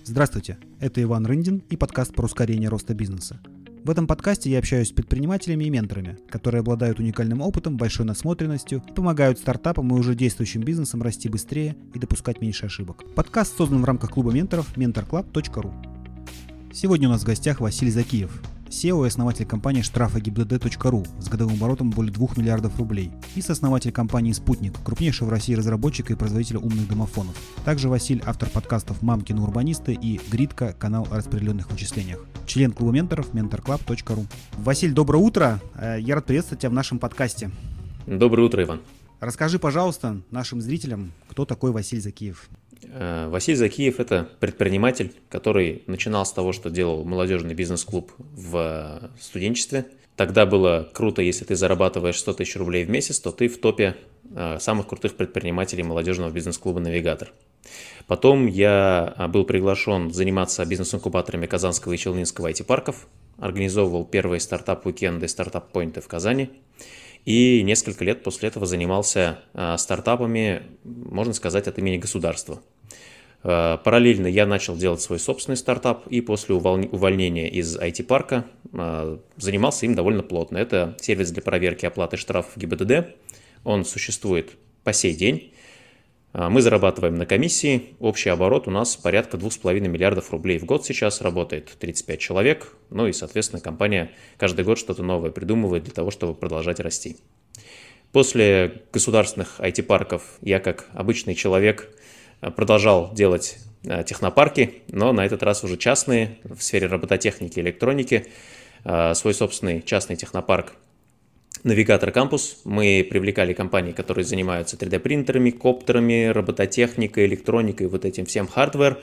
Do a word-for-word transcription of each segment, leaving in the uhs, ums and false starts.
Здравствуйте, это Иван Рындин и подкаст про ускорение роста бизнеса. В этом подкасте я общаюсь с предпринимателями и менторами, которые обладают уникальным опытом, большой насмотренностью и помогают стартапам и уже действующим бизнесам расти быстрее и допускать меньше ошибок. Подкаст создан в рамках клуба менторов менtor club точка ру. Сегодня у нас в гостях Василий Закиев, си и о и основатель компании штрафы гибдд точка ру с годовым оборотом более двух миллиардов рублей и сооснователь компании «Спутник», крупнейшего в России разработчика и производителя умных домофонов. Также Василь – автор подкастов «Мамкины урбанисты» и «Гридка» – канал о распределенных вычислениях. Член клуба менторов менtor club точка ру. Василь, доброе утро. Я рад приветствовать тебя в нашем подкасте. Доброе утро, Иван. Расскажи, пожалуйста, нашим зрителям, кто такой Василий Закиев. Василий Закиев – это предприниматель, который начинал с того, что делал молодежный бизнес-клуб в студенчестве. Тогда было круто, если ты зарабатываешь сто тысяч рублей в месяц, то ты в топе самых крутых предпринимателей молодежного бизнес-клуба «Навигатор». Потом я был приглашен заниматься бизнес-инкубаторами Казанского и Челнинского ай ти-парков, организовывал первые стартап-уикенды, стартап-поинты в Казани. И несколько лет после этого занимался стартапами, можно сказать, от имени государства. Параллельно я начал делать свой собственный стартап и после увольнения из ай ти-парка занимался им довольно плотно. Это сервис для проверки оплаты штрафов ГИБДД. Он существует по сей день. Мы зарабатываем на комиссии. Общий оборот у нас порядка двух с половиной миллиардов рублей в год сейчас, работает тридцать пять человек. Ну и, соответственно, компания каждый год что-то новое придумывает для того, чтобы продолжать расти. После государственных ай ти-парков я, как обычный человек, продолжал делать технопарки, но на этот раз уже частные, в сфере робототехники и электроники. Свой собственный частный технопарк «Навигатор Кампус». Мы привлекали компании, которые занимаются три дэ-принтерами, коптерами, робототехникой, электроникой, вот этим всем хардвер.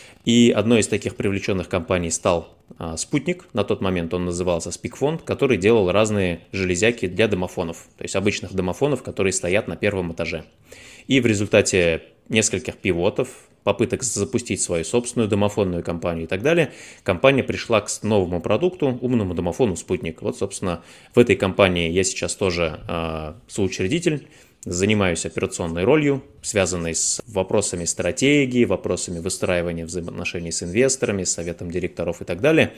И одной из таких привлеченных компаний стал а, «Спутник». На тот момент он назывался «Speakfon», который делал разные железяки для домофонов, то есть обычных домофонов, которые стоят на первом этаже. И в результате нескольких пивотов, попыток запустить свою собственную домофонную компанию и так далее, компания пришла к новому продукту, умному домофону «Спутник». Вот, собственно, в этой компании я сейчас тоже э, соучредитель, занимаюсь операционной ролью, связанной с вопросами стратегии, вопросами выстраивания взаимоотношений с инвесторами, с советом директоров и так далее.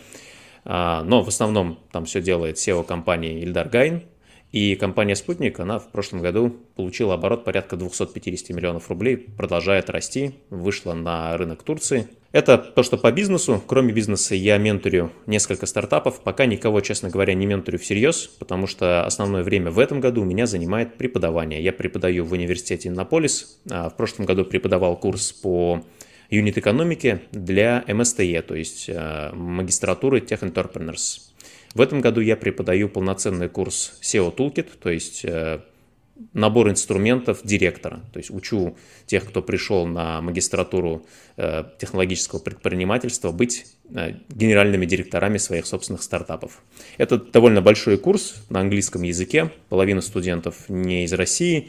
А, но в основном там все делает си и о компании Ильдар Гайн. И компания «Спутник», она в прошлом году получила оборот порядка двести пятьдесят миллионов рублей, продолжает расти, вышла на рынок Турции. Это то, что по бизнесу. Кроме бизнеса я менторю несколько стартапов. Пока никого, честно говоря, не менторю всерьез, потому что основное время в этом году у меня занимает преподавание. Я преподаю в университете Иннополис. В прошлом году преподавал курс по юнит-экономике для эм эс тэ е, то есть магистратуры Tech Entrepreneurs. В этом году я преподаю полноценный курс си и о Toolkit, то есть э, набор инструментов директора. То есть учу тех, кто пришел на магистратуру э, технологического предпринимательства, быть э, генеральными директорами своих собственных стартапов. Это довольно большой курс на английском языке, половина студентов не из России.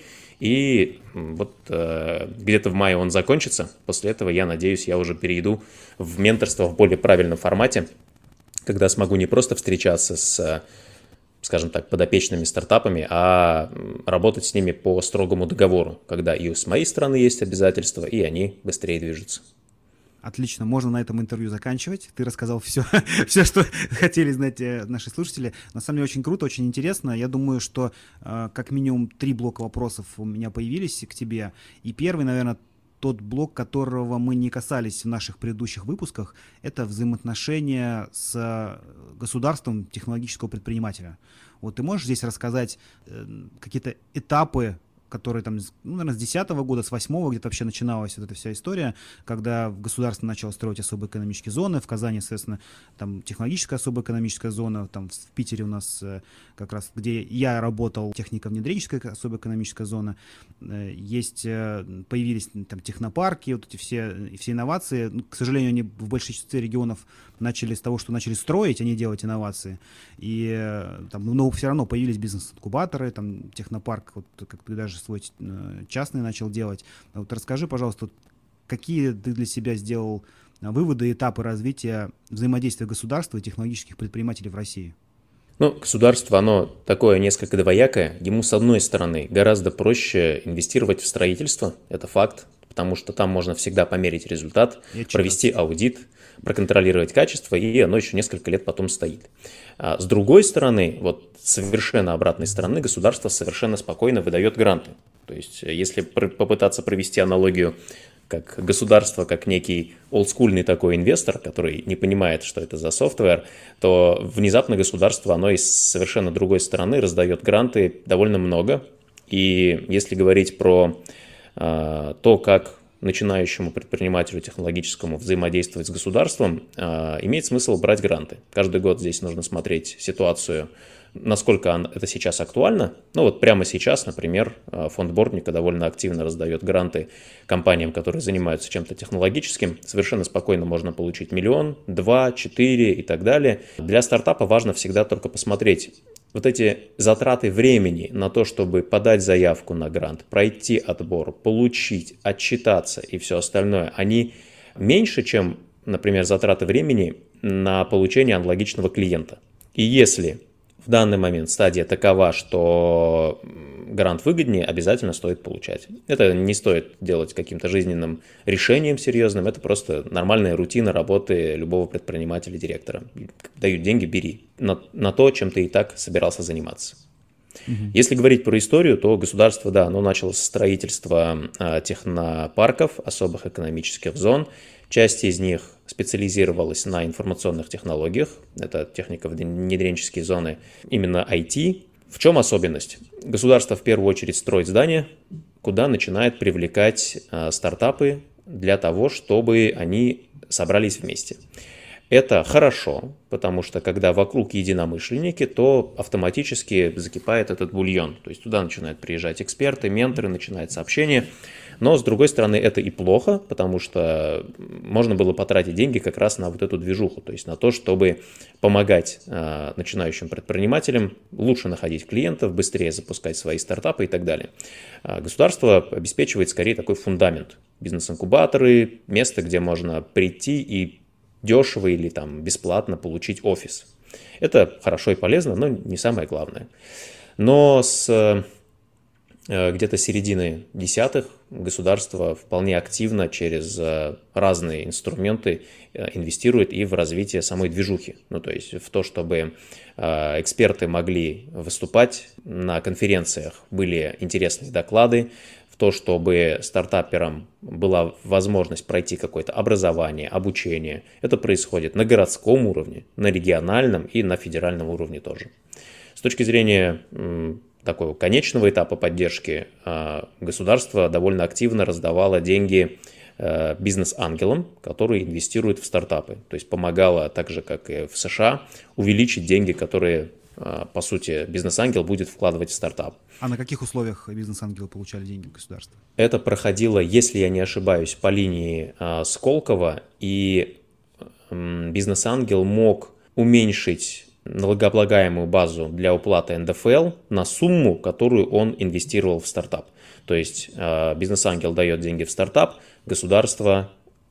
И вот э, где-то в мае он закончится. После этого, я надеюсь, я уже перейду в менторство в более правильном формате, когда смогу не просто встречаться с, скажем так, подопечными стартапами, а работать с ними по строгому договору, когда и с моей стороны есть обязательства, и они быстрее движутся. Отлично, можно на этом интервью заканчивать. Ты рассказал все, все, что хотели знать наши слушатели. На самом деле очень круто, очень интересно. Я думаю, что э, как минимум три блока вопросов у меня появились к тебе. И первый, наверное, тот блок, которого мы не касались в наших предыдущих выпусках, это взаимоотношения с государством технологического предпринимателя. Вот ты можешь здесь рассказать э, какие-то этапы, которые там, ну, наверное, с десятого года, с восьмого где-то вообще начиналась вот эта вся история, когда государство начало строить особые экономические зоны, в Казани, соответственно, там технологическая особая экономическая зона, там в Питере у нас как раз, где я работал, технико-внедренческая особая экономическая зона, есть, появились там технопарки, вот эти все, все инновации, ну, к сожалению, они в большинстве регионов начали с того, что начали строить, а не делать инновации, и там, но все равно появились бизнес-инкубаторы, там технопарк, вот как ты даже свой частный начал делать. Вот расскажи, пожалуйста, какие ты для себя сделал выводы, этапы развития взаимодействия государства и технологических предпринимателей в России? Ну, государство, оно такое несколько двоякое. Ему, с одной стороны, гораздо проще инвестировать в строительство, это факт, потому что там можно всегда померить результат, Я провести читал. аудит, проконтролировать качество, и оно еще несколько лет потом стоит. А с другой стороны, вот совершенно обратной стороны, государство совершенно спокойно выдает гранты. То есть, если попытаться провести аналогию, как государство, как некий олдскульный такой инвестор, который не понимает, что это за софтвер, то внезапно государство, оно и с совершенно другой стороны раздает гранты довольно много. И если говорить про э, то, как начинающему предпринимателю технологическому взаимодействовать с государством, э, имеет смысл брать гранты. Каждый год здесь нужно смотреть ситуацию, насколько это сейчас актуально. Ну вот прямо сейчас, например, фонд Бортника довольно активно раздает гранты компаниям, которые занимаются чем-то технологическим. Совершенно спокойно можно получить миллион, два, четыре и так далее. Для стартапа важно всегда только посмотреть вот эти затраты времени на то, чтобы подать заявку на грант, пройти отбор, получить, отчитаться и все остальное, они меньше, чем, например, затраты времени на получение аналогичного клиента. И если в данный момент стадия такова, что грант выгоднее, обязательно стоит получать. Это не стоит делать каким-то жизненным решением серьезным, это просто нормальная рутина работы любого предпринимателя, директора. Дают деньги, бери. На, на то, чем ты и так собирался заниматься. Угу. Если говорить про историю, то государство, да, оно начало со строительства а, технопарков, особых экономических зон. Часть из них специализировалась на информационных технологиях, это техника внедренческие зоны, именно ай ти. В чем особенность? Государство в первую очередь строит здания, куда начинает привлекать э, стартапы для того, чтобы они собрались вместе. Это хорошо, потому что когда вокруг единомышленники, то автоматически закипает этот бульон. То есть туда начинают приезжать эксперты, менторы, начинается общение. Но, с другой стороны, это и плохо, потому что можно было потратить деньги как раз на вот эту движуху, то есть на то, чтобы помогать э, начинающим предпринимателям лучше находить клиентов, быстрее запускать свои стартапы и так далее. А государство обеспечивает скорее такой фундамент. Бизнес-инкубаторы, место, где можно прийти и дешево или там бесплатно получить офис. Это хорошо и полезно, но не самое главное. Но с где-то середины десятых государство вполне активно через разные инструменты инвестирует и в развитие самой движухи. Ну, то есть в то, чтобы эксперты могли выступать на конференциях, были интересные доклады, в то, чтобы стартаперам была возможность пройти какое-то образование, обучение. Это происходит на городском уровне, на региональном и на федеральном уровне тоже. С точки зрения такого конечного этапа поддержки, государство довольно активно раздавало деньги бизнес-ангелам, которые инвестируют в стартапы. То есть помогало, так же как и в США, увеличить деньги, которые, по сути, бизнес-ангел будет вкладывать в стартап. А на каких условиях бизнес-ангелы получали деньги от государства? Это проходило, если я не ошибаюсь, по линии Сколково, и бизнес-ангел мог уменьшить налогооблагаемую базу для уплаты эн дэ эф эл на сумму, которую он инвестировал в стартап. То есть бизнес-ангел дает деньги в стартап, государство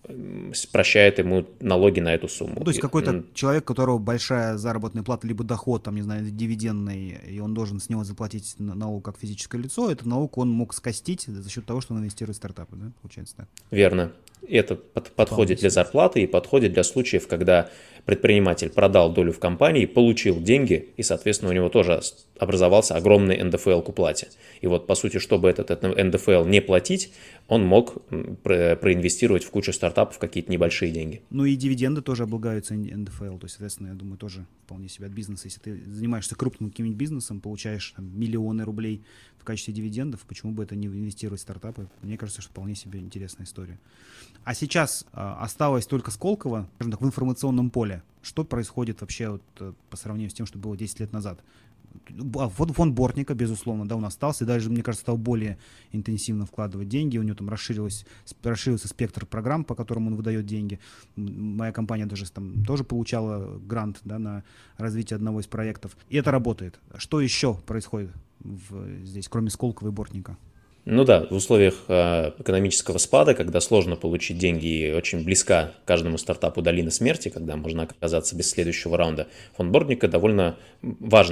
прощает ему налоги на эту сумму. То есть какой-то человек, у которого большая заработная плата, либо доход, там, не знаю, дивидендный, и он должен с него заплатить налог как физическое лицо, этот налог он мог скостить за счет того, что он инвестирует в стартапы, да, получается так? Верно. Это под, подходит для зарплаты и подходит для случаев, когда предприниматель продал долю в компании, получил деньги, и, соответственно, у него тоже образовался огромный эн дэ эф эл к уплате. И вот, по сути, чтобы этот эн дэ эф эл не платить, он мог про- проинвестировать в кучу стартапов какие-то небольшие деньги. Ну и дивиденды тоже облагаются эн дэ эф эл, то есть, соответственно, я думаю, тоже вполне себе от бизнеса. Если ты занимаешься крупным каким-нибудь бизнесом, получаешь там, миллионы рублей в качестве дивидендов, почему бы это не инвестировать в стартапы? Мне кажется, что вполне себе интересная история. А сейчас э, осталось только Сколково, скажем так, в информационном поле. Что происходит вообще вот, э, по сравнению с тем, что было десять лет назад? Вот фонд Бортника, безусловно, да, он остался, и даже, мне кажется, стал более интенсивно вкладывать деньги, у него там расширилось, расширился спектр программ, по которым он выдает деньги. Моя компания даже там тоже получала грант, да, на развитие одного из проектов, и это работает. Что еще происходит в, здесь, кроме Сколково и Бортника? Ну да, в условиях экономического спада, когда сложно получить деньги и очень близка каждому стартапу долина смерти, когда можно оказаться без следующего раунда, фонд Бортника довольно важная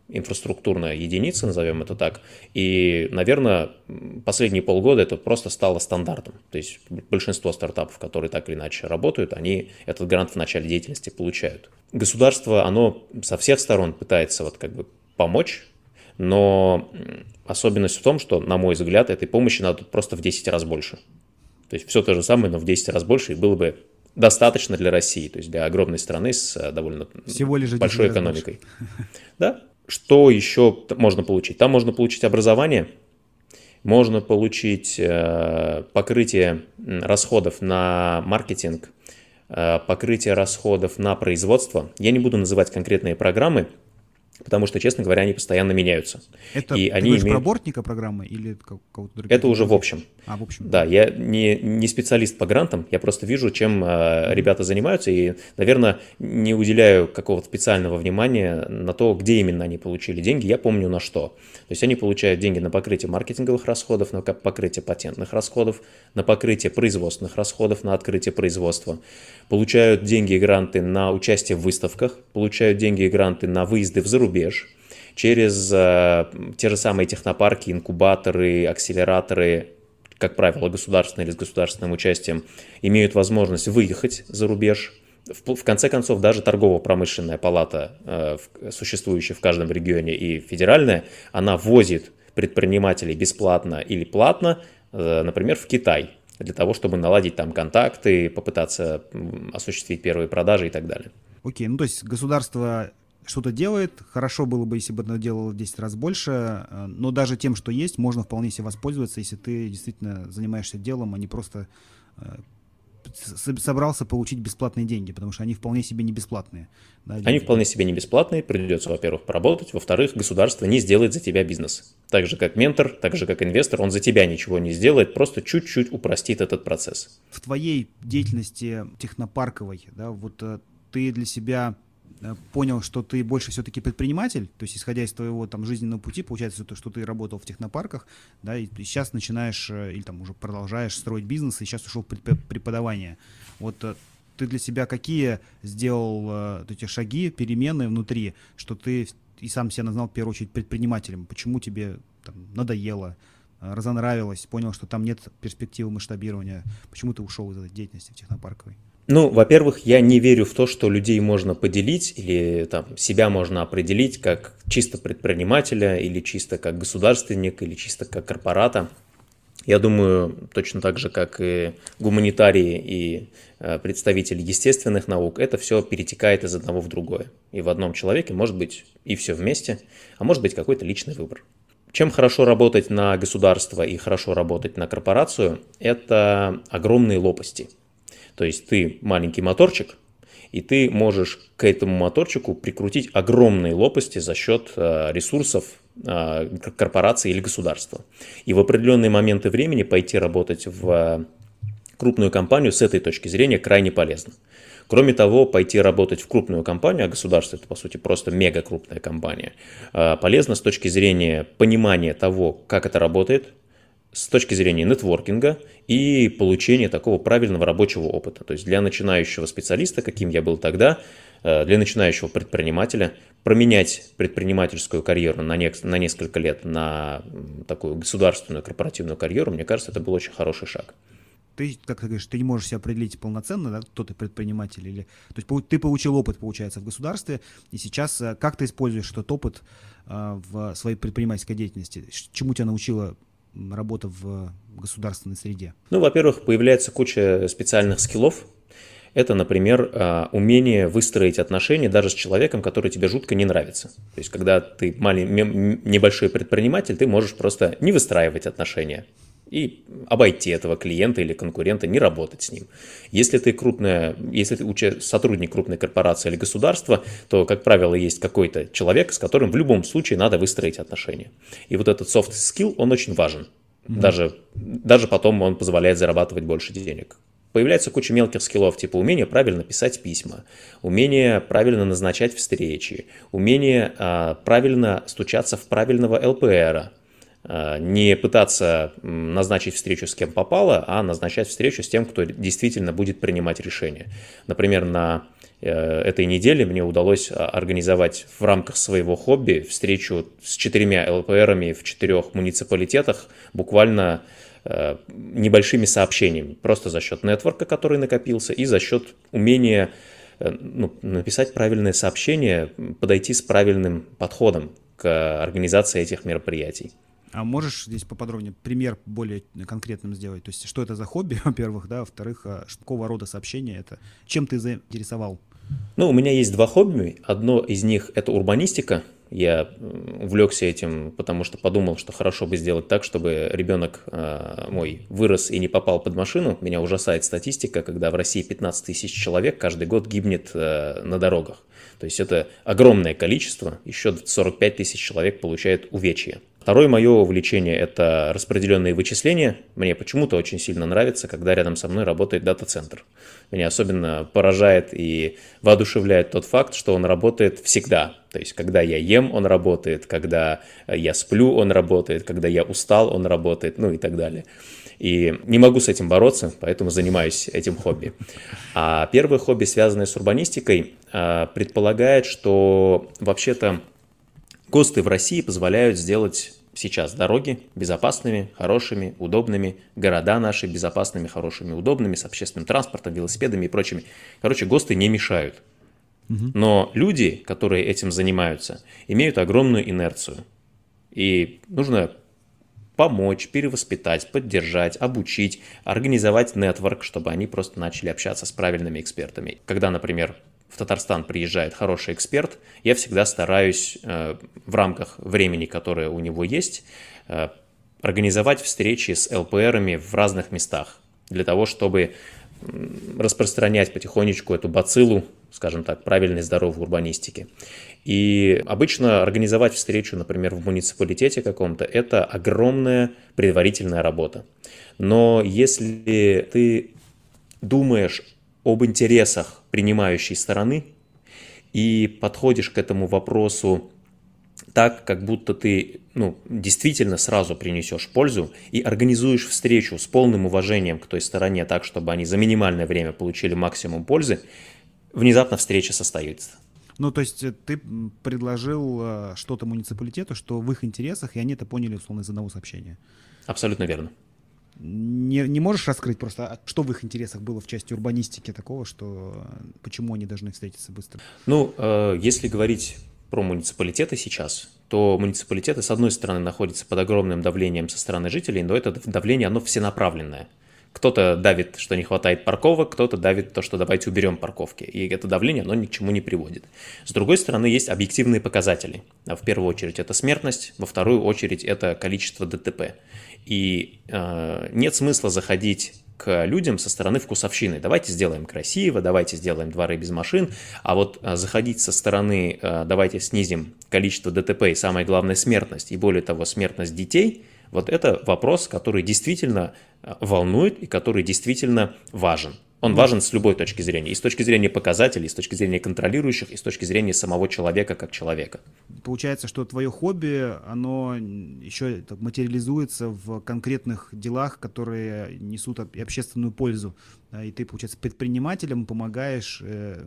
инфраструктурная единица, назовем это так. И, наверное, последние полгода это просто стало стандартом. То есть большинство стартапов, которые так или иначе работают, они этот грант в начале деятельности получают. Государство, оно со всех сторон пытается вот как бы помочь, но особенность в том, что, на мой взгляд, этой помощи надо просто в десять раз больше. То есть все то же самое, но в десять раз больше, и было бы достаточно для России, то есть для огромной страны с довольно Всего лишь большой экономикой. Да. Что еще можно получить? Там можно получить образование, можно получить э, покрытие расходов на маркетинг, э, покрытие расходов на производство. Я не буду называть конкретные программы, потому что, честно говоря, они постоянно меняются. Это и ты они говоришь имеют... про Бортника программы или кого-то другого? Это уже в общем. А, в общем. Да, я не, не специалист по грантам, я просто вижу, чем э, ребята занимаются, и, наверное, не уделяю какого-то специального внимания на то, где именно они получили деньги. Я помню на что. То есть они получают деньги на покрытие маркетинговых расходов, на покрытие патентных расходов, на покрытие производственных расходов, на открытие производства. Получают деньги и гранты на участие в выставках, получают деньги и гранты на выезды в зарубеж, через э, те же самые технопарки, инкубаторы, акселераторы, как правило, государственные или с государственным участием, имеют возможность выехать за рубеж. В, в конце концов, даже торгово-промышленная палата, э, в, существующая в каждом регионе, и федеральная, она возит предпринимателей бесплатно или платно, э, например, в Китай, для того, чтобы наладить там контакты, попытаться осуществить первые продажи и так далее. Окей, ну то есть государство что-то делает, хорошо было бы, если бы оно делало в десять раз больше, но даже тем, что есть, можно вполне себе воспользоваться, если ты действительно занимаешься делом, а не просто собрался получить бесплатные деньги, потому что они вполне себе не бесплатные. Да, они вполне себе не бесплатные, придется, во-первых, поработать, во-вторых, государство не сделает за тебя бизнес. Так же, как ментор, так же, как инвестор, он за тебя ничего не сделает, просто чуть-чуть упростит этот процесс. В твоей деятельности технопарковой, да, вот ты для себя понял, что ты больше все-таки предприниматель, то есть исходя из твоего там жизненного пути, получается, что ты работал в технопарках, да, и сейчас начинаешь или там уже продолжаешь строить бизнес, и сейчас ушел в преподавание. Вот ты для себя какие сделал вот эти шаги, перемены внутри, что ты и сам себя назвал в первую очередь предпринимателем? Почему тебе там надоело, разонравилось, понял, что там нет перспективы масштабирования? Почему ты ушел из этой деятельности в технопарковой? Ну, во-первых, я не верю в то, что людей можно поделить или там, себя можно определить как чисто предпринимателя или чисто как государственник или чисто как корпората. Я думаю, точно так же, как и гуманитарии и э, представители естественных наук, это все перетекает из одного в другое. И в одном человеке может быть и все вместе, а может быть какой-то личный выбор. Чем хорошо работать на государство и хорошо работать на корпорацию, это огромные лопасти. То есть ты маленький моторчик, и ты можешь к этому моторчику прикрутить огромные лопасти за счет э, ресурсов э, корпорации или государства. И в определенные моменты времени пойти работать в э, крупную компанию с этой точки зрения крайне полезно. Кроме того, пойти работать в крупную компанию, а государство это по сути просто мега крупная компания, э, полезно с точки зрения понимания того, как это работает, с точки зрения нетворкинга и получения такого правильного рабочего опыта. То есть для начинающего специалиста, каким я был тогда, для начинающего предпринимателя, променять предпринимательскую карьеру на, не, на несколько лет на такую государственную корпоративную карьеру, мне кажется, это был очень хороший шаг. Ты, как ты говоришь, ты не можешь себя определить полноценно, да, кто ты предприниматель, или, то есть ты получил опыт, получается, в государстве, и сейчас как ты используешь этот опыт в своей предпринимательской деятельности? Чему тебя научила работа в государственной среде? Ну, во-первых, появляется куча специальных скиллов. Это, например, умение выстроить отношения даже с человеком, который тебе жутко не нравится. То есть, когда ты маленький, небольшой предприниматель, ты можешь просто не выстраивать отношения и обойти этого клиента или конкурента, не работать с ним. Если ты крупная, если ты сотрудник крупной корпорации или государства, то, как правило, есть какой-то человек, с которым в любом случае надо выстроить отношения. И вот этот soft skill, он очень важен. Mm-hmm. Даже, даже потом он позволяет зарабатывать больше денег. Появляется куча мелких скиллов, типа умение правильно писать письма, умение правильно назначать встречи, умение а, правильно стучаться в правильного эл пэ эра. Не пытаться назначить встречу с кем попало, а назначать встречу с тем, кто действительно будет принимать решения. Например, на этой недели мне удалось организовать в рамках своего хобби встречу с четырьмя эл пэ эрами в четырех муниципалитетах буквально небольшими сообщениями, просто за счет нетворка, который накопился, и за счет умения ну, написать правильное сообщение, подойти с правильным подходом к организации этих мероприятий. А можешь здесь поподробнее пример более конкретным сделать? То есть, что это за хобби, во-первых, да, во-вторых, какого рода сообщения это? Чем ты заинтересовал? Ну, у меня есть два хобби. Одно из них – это урбанистика. Я увлекся этим, потому что подумал, что хорошо бы сделать так, чтобы ребенок э, мой вырос и не попал под машину. Меня ужасает статистика, когда в России пятнадцать тысяч человек каждый год гибнет э, на дорогах. То есть это огромное количество, еще сорок пять тысяч человек получают увечья. Второе мое увлечение – это распределенные вычисления. Мне почему-то очень сильно нравится, когда рядом со мной работает дата-центр. Меня особенно поражает и воодушевляет тот факт, что он работает всегда. То есть, когда я ем, он работает, когда я сплю, он работает, когда я устал, он работает, ну и так далее. И не могу с этим бороться, поэтому занимаюсь этим хобби. А первое хобби, связанное с урбанистикой, предполагает, что вообще-то ГОСТы в России позволяют сделать сейчас дороги безопасными, хорошими, удобными, города наши безопасными, хорошими, удобными, с общественным транспортом, велосипедами и прочими. Короче, ГОСТы не мешают. Но люди, которые этим занимаются, имеют огромную инерцию. И нужно помочь, перевоспитать, поддержать, обучить, организовать нетворк, чтобы они просто начали общаться с правильными экспертами. Когда, например, в Татарстан приезжает хороший эксперт, я всегда стараюсь э, в рамках времени, которое у него есть, э, организовать встречи с эл пэ эрами в разных местах, для того, чтобы э, распространять потихонечку эту бациллу, скажем так, правильной здоровой урбанистики. И обычно организовать встречу, например, в муниципалитете каком-то, это огромная предварительная работа. Но если ты думаешь об интересах принимающей стороны и подходишь к этому вопросу так, как будто ты ну, действительно сразу принесешь пользу и организуешь встречу с полным уважением к той стороне так, чтобы они за минимальное время получили максимум пользы, внезапно встреча состоится. Ну, то есть ты предложил э, что-то муниципалитету, что в их интересах, и они это поняли, условно, из одного сообщения. Абсолютно верно. Не, не можешь раскрыть просто, что в их интересах было в части урбанистики такого, что почему они должны встретиться быстро? Ну, э, если говорить про муниципалитеты сейчас, то муниципалитеты, с одной стороны, находятся под огромным давлением со стороны жителей, но это давление, оно всенаправленное. Кто-то давит, что не хватает парковок, кто-то давит то, что давайте уберем парковки. И это давление, оно ни к чему не приводит. С другой стороны, есть объективные показатели. В первую очередь это смертность, во вторую очередь это количество дэ тэ пэ. И э, нет смысла заходить к людям со стороны вкусовщины. Давайте сделаем красиво, давайте сделаем дворы без машин. А вот э, заходить со стороны э, давайте снизим количество дэ тэ пэ и самое главное смертность, и более того смертность детей, вот это вопрос, который действительно волнует и который действительно важен. Он важен с любой точки зрения. И с точки зрения показателей, и с точки зрения контролирующих, и с точки зрения самого человека как человека. Получается, что твое хобби, оно еще материализуется в конкретных делах, которые несут общественную пользу. И ты, получается, предпринимателям помогаешь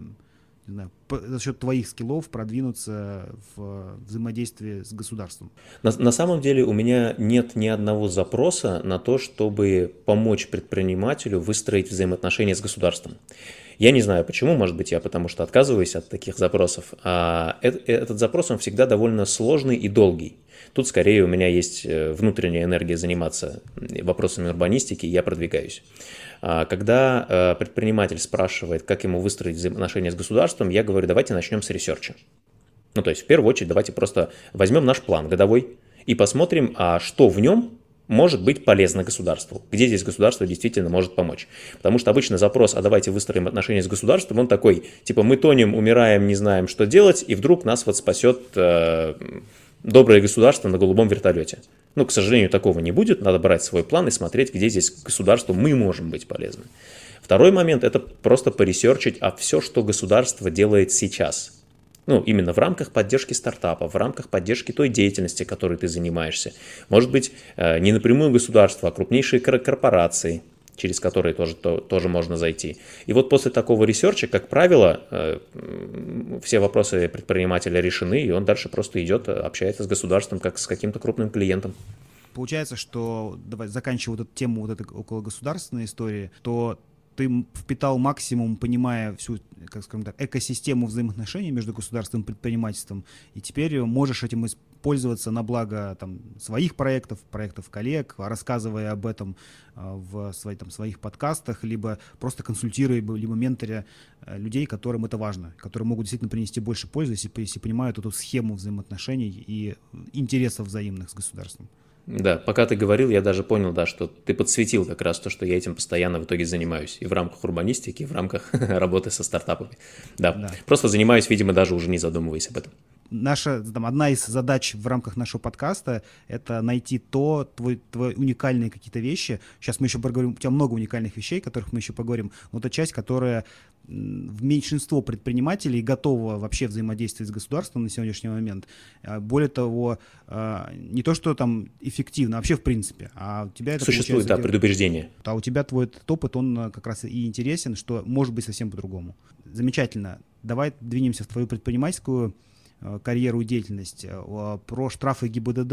не знаю, за счет твоих скиллов продвинуться в взаимодействии с государством. На, на самом деле у меня нет ни одного запроса на то, чтобы помочь предпринимателю выстроить взаимоотношения с государством. Я не знаю почему, может быть я потому что отказываюсь от таких запросов, а этот, этот запрос он всегда довольно сложный и долгий. Тут скорее у меня есть внутренняя энергия заниматься вопросами урбанистики, и я продвигаюсь. Когда предприниматель спрашивает, как ему выстроить взаимоотношения с государством, я говорю, давайте начнем с ресерча. Ну, то есть, в первую очередь, давайте просто возьмем наш план годовой и посмотрим, а что в нем может быть полезно государству, где здесь государство действительно может помочь. Потому что обычно запрос, а давайте выстроим отношения с государством, он такой, типа, мы тонем, умираем, не знаем, что делать, и вдруг нас вот спасет э, доброе государство на голубом вертолете. Ну, к сожалению, такого не будет, надо брать свой план и смотреть, где здесь государству мы можем быть полезны. Второй момент – это просто поресерчить, а все, что государство делает сейчас. Ну, именно в рамках поддержки стартапа, в рамках поддержки той деятельности, которой ты занимаешься. Может быть, не напрямую государство, а крупнейшие корпорации, через которые тоже, то, тоже можно зайти. И вот после такого ресерча, как правило, все вопросы предпринимателя решены, и он дальше просто идет, общается с государством, как с каким-то крупным клиентом. Получается, что, давай заканчивая вот эту тему вот этой около государственной истории, то ты впитал максимум, понимая всю, как скажем так, экосистему взаимоотношений между государством и предпринимательством, и теперь можешь этим пользоваться на благо там, своих проектов, проектов коллег, рассказывая об этом в свои, там, своих подкастах, либо просто консультируя, либо менторя людей, которым это важно, которые могут действительно принести больше пользы, если, если понимают эту схему взаимоотношений и интересов взаимных с государством. Да, пока ты говорил, я даже понял, да, что ты подсветил как раз то, что я этим постоянно в итоге занимаюсь. И в рамках урбанистики, и в рамках работы со стартапами. Да. да, просто занимаюсь, видимо, даже уже не задумываясь об этом. Наша, там, одна из задач в рамках нашего подкаста — это найти то, твой, твои уникальные какие-то вещи. Сейчас мы еще поговорим, у тебя много уникальных вещей, о которых мы еще поговорим, но это часть, которая в меньшинство предпринимателей готова вообще взаимодействовать с государством на сегодняшний момент. Более того, не то, что там эффективно, а вообще в принципе. А у тебя это существует, да, предубеждение. А у тебя твой этот опыт, он как раз и интересен, что может быть совсем по-другому. Замечательно. Давай двинемся в твою предпринимательскую карьеру и деятельность. Про штрафы ГИБДД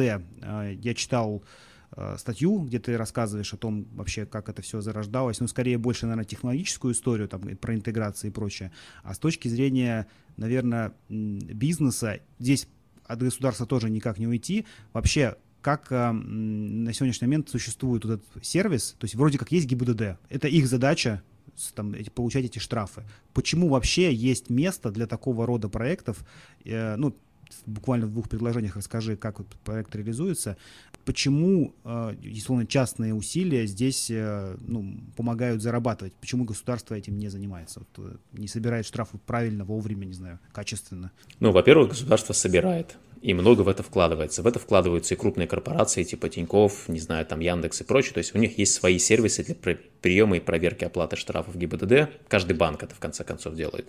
я читал статью, где ты рассказываешь о том вообще, как это все зарождалось, ну, скорее больше, наверное, технологическую историю, там, про интеграцию и прочее. А с точки зрения, наверное, бизнеса, здесь от государства тоже никак не уйти. Вообще, как э, на сегодняшний момент существует вот этот сервис, то есть вроде как есть ГИБДД, это их задача, там, эти, получать эти штрафы. Почему вообще есть место для такого рода проектов? Э, ну, буквально в двух предложениях расскажи, как вот проект реализуется. Почему, э, условно, частные усилия здесь э, ну, помогают зарабатывать? Почему государство этим не занимается? Вот, э, не собирает штрафы правильно, вовремя, не знаю, качественно? Ну, во-первых, государство собирает. И много в это вкладывается. В это вкладываются и крупные корпорации, типа Тинькофф, не знаю, там Яндекс и прочее. То есть у них есть свои сервисы для приема и проверки оплаты штрафов ГИБДД. Каждый банк это в конце концов делает.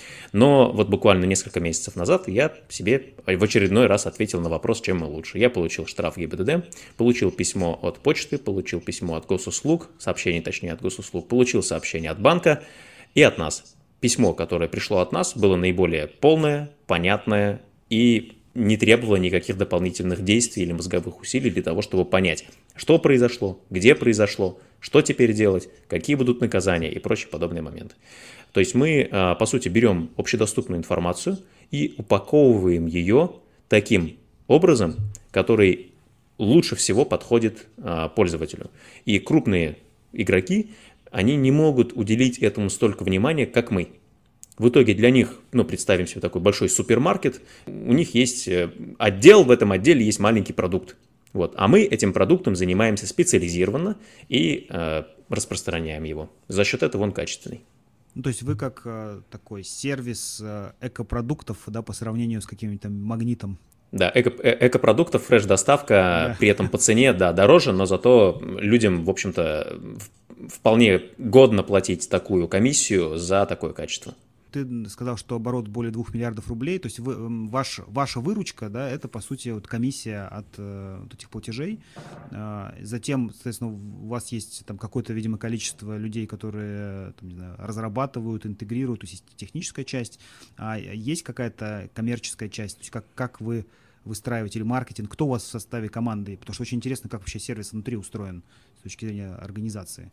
Но вот буквально несколько месяцев назад я себе в очередной раз ответил на вопрос, чем мы лучше. Я получил штраф ГИБДД, получил письмо от почты, получил письмо от госуслуг, сообщение точнее от госуслуг, получил сообщение от банка и от нас. Письмо, которое пришло от нас, было наиболее полное, понятное и не требовало никаких дополнительных действий или мозговых усилий для того, чтобы понять, что произошло, где произошло, что теперь делать, какие будут наказания и прочие подобные моменты. То есть мы, по сути, берем общедоступную информацию и упаковываем ее таким образом, который лучше всего подходит пользователю. И крупные игроки, они не могут уделить этому столько внимания, как мы. В итоге для них, ну, представим себе такой большой супермаркет, у них есть отдел, в этом отделе есть маленький продукт. Вот. А мы этим продуктом занимаемся специализированно и э, распространяем его. За счет этого он качественный. Ну, то есть вы как э, такой сервис э, экопродуктов, да, по сравнению с каким-то магнитом. Да, эко, э, экопродуктов, фреш-доставка, да. При этом по цене, да, дороже, но зато людям, в общем-то, вполне годно платить такую комиссию за такое качество. Ты сказал, что оборот более двух миллиардов рублей, то есть вы, ваш, ваша выручка, да, это, по сути, вот комиссия от э, вот этих платежей. Э, затем, соответственно, у вас есть там какое-то, видимо, количество людей, которые там, не знаю, разрабатывают, интегрируют, то есть есть техническая часть, а есть какая-то коммерческая часть, то есть как, как вы выстраиваете или маркетинг, кто у вас в составе команды, потому что очень интересно, как вообще сервис внутри устроен с точки зрения организации.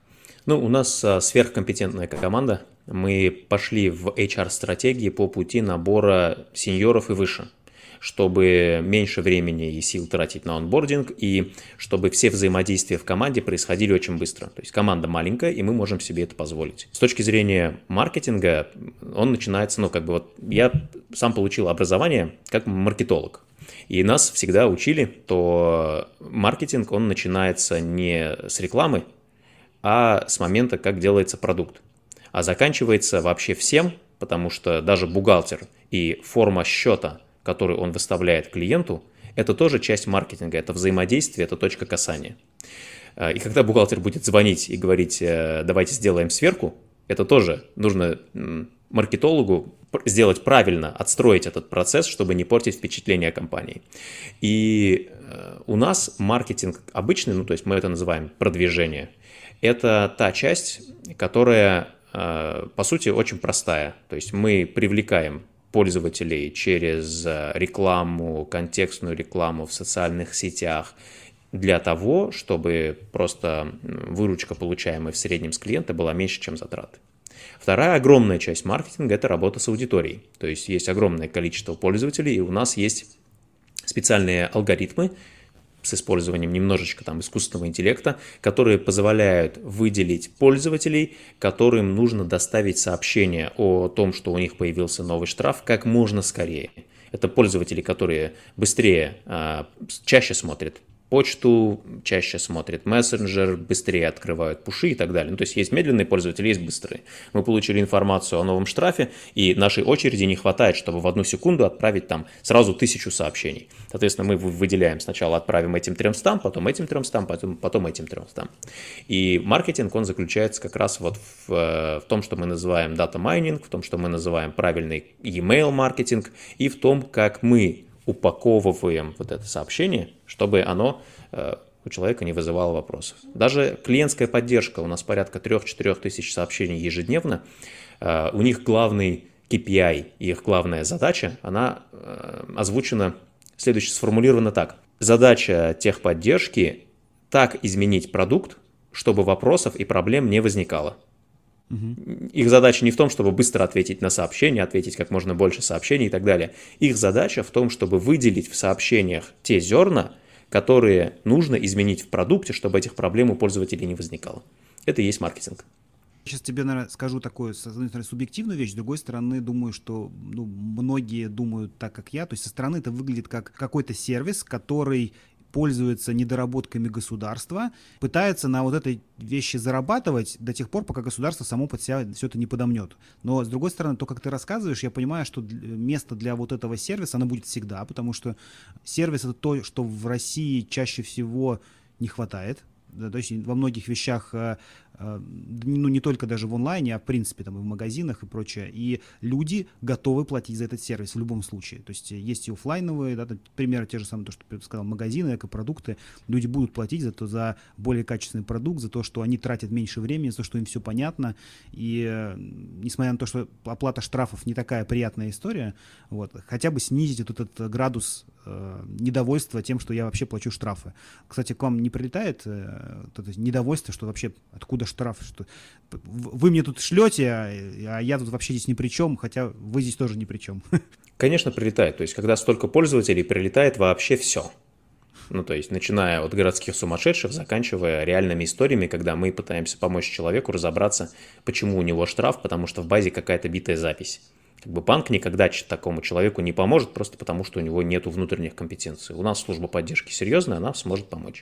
Ну, у нас а, сверхкомпетентная команда. Мы пошли в эйч ар-стратегии по пути набора сеньоров и выше, чтобы меньше времени и сил тратить на онбординг, и чтобы все взаимодействия в команде происходили очень быстро. То есть команда маленькая, и мы можем себе это позволить. С точки зрения маркетинга, он начинается, ну, как бы вот я сам получил образование как маркетолог. И нас всегда учили, что маркетинг, он начинается не с рекламы, а с момента, как делается продукт. А заканчивается вообще всем, потому что даже бухгалтер и форма счета, которую он выставляет клиенту, это тоже часть маркетинга, это взаимодействие, это точка касания. И когда бухгалтер будет звонить и говорить, давайте сделаем сверку, это тоже нужно маркетологу сделать правильно, отстроить этот процесс, чтобы не портить впечатление о компании. И у нас маркетинг обычный, ну то есть мы это называем продвижение, Это та часть, которая, по сути, очень простая. То есть мы привлекаем пользователей через рекламу, контекстную рекламу в социальных сетях для того, чтобы просто выручка, получаемая в среднем с клиента, была меньше, чем затраты. Вторая огромная часть маркетинга – это работа с аудиторией. То есть есть огромное количество пользователей, и у нас есть специальные алгоритмы с использованием немножечко там искусственного интеллекта, которые позволяют выделить пользователей, которым нужно доставить сообщение о том, что у них появился новый штраф, как можно скорее. Это пользователи, которые быстрее, чаще смотрят почту, чаще смотрят мессенджер, быстрее открывают пуши и так далее. Ну, то есть есть медленные пользователи, есть быстрые. Мы получили информацию о новом штрафе, и нашей очереди не хватает, чтобы в одну секунду отправить там сразу тысячу сообщений. Соответственно, мы выделяем сначала, отправим этим тремстам, потом этим тремстам, потом, потом этим тремстам. И маркетинг, он заключается как раз вот в, в том, что мы называем дата майнинг, в том, что мы называем правильный e-mail маркетинг, и в том, как мы упаковываем вот это сообщение, чтобы оно э, у человека не вызывало вопросов. Даже клиентская поддержка, у нас порядка три-четыре тысячи сообщений ежедневно, э, у них главный кей пи ай, их главная задача, она э, озвучена, следующее, сформулирована так. Задача техподдержки – так изменить продукт, чтобы вопросов и проблем не возникало. Их задача не в том, чтобы быстро ответить на сообщения, ответить как можно больше сообщений и так далее. Их задача в том, чтобы выделить в сообщениях те зерна, которые нужно изменить в продукте, чтобы этих проблем у пользователей не возникало. Это и есть маркетинг. Сейчас тебе, наверное, скажу такую, с одной стороны, субъективную вещь, с другой стороны, думаю, что ну, многие думают так, как я. То есть со стороны это выглядит как какой-то сервис, который пользуется недоработками государства, пытается на вот этой вещи зарабатывать до тех пор, пока государство само под себя все это не подомнет. Но, с другой стороны, то, как ты рассказываешь, я понимаю, что место для вот этого сервиса, оно будет всегда, потому что сервис — это то, что в России чаще всего не хватает. Да, то есть во многих вещах, ну не только даже в онлайне, а в принципе там и в магазинах и прочее, и люди готовы платить за этот сервис в любом случае. То есть есть и офлайновые, да, примеры те же самые, то, что ты сказал, магазины, экопродукты, люди будут платить за то, за более качественный продукт, за то, что они тратят меньше времени, за то, что им все понятно, и несмотря на то, что оплата штрафов не такая приятная история, вот, хотя бы снизить этот, этот градус э, недовольства тем, что я вообще плачу штрафы. Кстати, к вам не прилетает э, это недовольство, что вообще откуда штраф, что вы мне тут шлете, а я тут вообще здесь ни при чем, хотя вы здесь тоже ни при чем. Конечно, прилетает. То есть, когда столько пользователей, прилетает вообще все. Ну, то есть, начиная от городских сумасшедших, заканчивая реальными историями, когда мы пытаемся помочь человеку разобраться, почему у него штраф, потому что в базе какая-то битая запись. Как бы банк никогда такому человеку не поможет, просто потому что у него нет внутренних компетенций. У нас служба поддержки серьезная, она сможет помочь.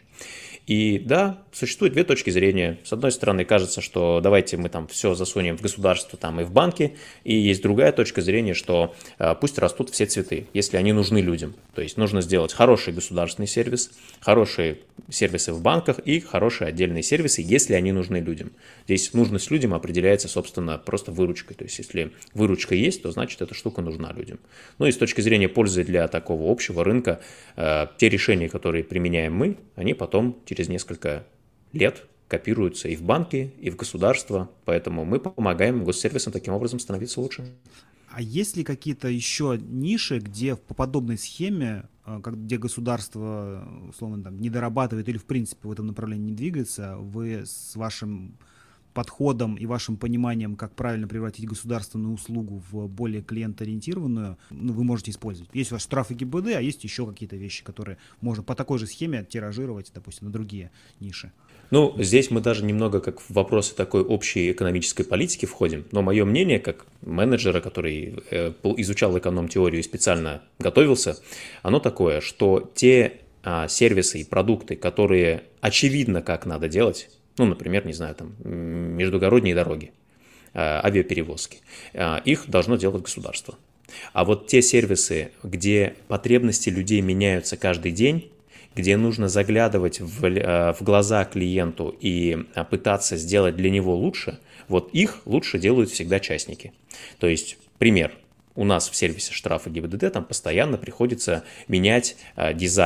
И да, существует две точки зрения. С одной стороны, кажется, что давайте мы там все засунем в государство там, и в банки. И есть другая точка зрения, что э, пусть растут все цветы, если они нужны людям. То есть нужно сделать хороший государственный сервис, хорошие сервисы в банках и хорошие отдельные сервисы, если они нужны людям. Здесь нужность людям определяется, собственно, просто выручкой. То есть если выручка есть, то значит эта штука нужна людям. Ну и с точки зрения пользы для такого общего рынка, э, те решения, которые применяем мы, они потом через несколько лет копируются и в банки, и в государство, поэтому мы помогаем госсервисам таким образом становиться лучше. А есть ли какие-то еще ниши, где по подобной схеме, где государство, условно, там, не дорабатывает или в принципе в этом направлении не двигается, вы с вашим подходом и вашим пониманием, как правильно превратить государственную услугу в более клиентоориентированную, ну, вы можете использовать? Есть у вас штрафы ГИБДД, а есть еще какие-то вещи, которые можно по такой же схеме тиражировать, допустим, на другие ниши. Ну, здесь мы даже немного как в вопросы такой общей экономической политики входим, но мое мнение, как менеджера, который э, изучал эконом-теорию и специально готовился, оно такое, что те а, сервисы и продукты, которые очевидно, как надо делать, ну, например, не знаю, там, междугородние дороги, авиаперевозки. Их должно делать государство. А вот те сервисы, где потребности людей меняются каждый день, где нужно заглядывать в, в глаза клиенту и пытаться сделать для него лучше, вот их лучше делают всегда частники. То есть, пример. У нас в сервисе штрафы ГИБДД там постоянно приходится менять дизайн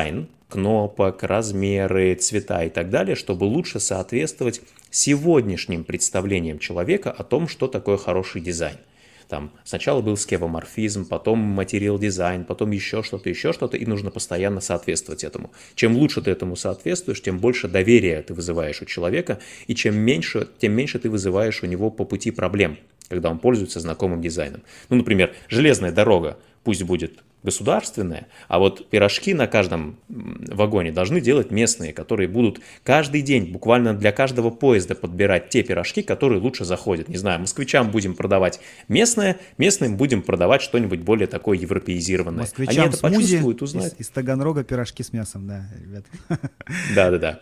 кнопок, размеры, цвета и так далее, чтобы лучше соответствовать сегодняшним представлениям человека о том, что такое хороший дизайн. Там сначала был скевоморфизм, потом материал дизайн, потом еще что-то, еще что-то, и нужно постоянно соответствовать этому. Чем лучше ты этому соответствуешь, тем больше доверия ты вызываешь у человека, и чем меньше, тем меньше ты вызываешь у него по пути проблем, когда он пользуется знакомым дизайном. Ну, например, железная дорога, пусть будет государственная, а вот пирожки на каждом вагоне должны делать местные, которые будут каждый день буквально для каждого поезда подбирать те пирожки, которые лучше заходят. Не знаю, москвичам будем продавать местное, местным будем продавать что-нибудь более такое европеизированное. Москвичам Они это смузи, почувствуют, узнают. Из, из Таганрога пирожки с мясом, да, ребят. Да-да-да.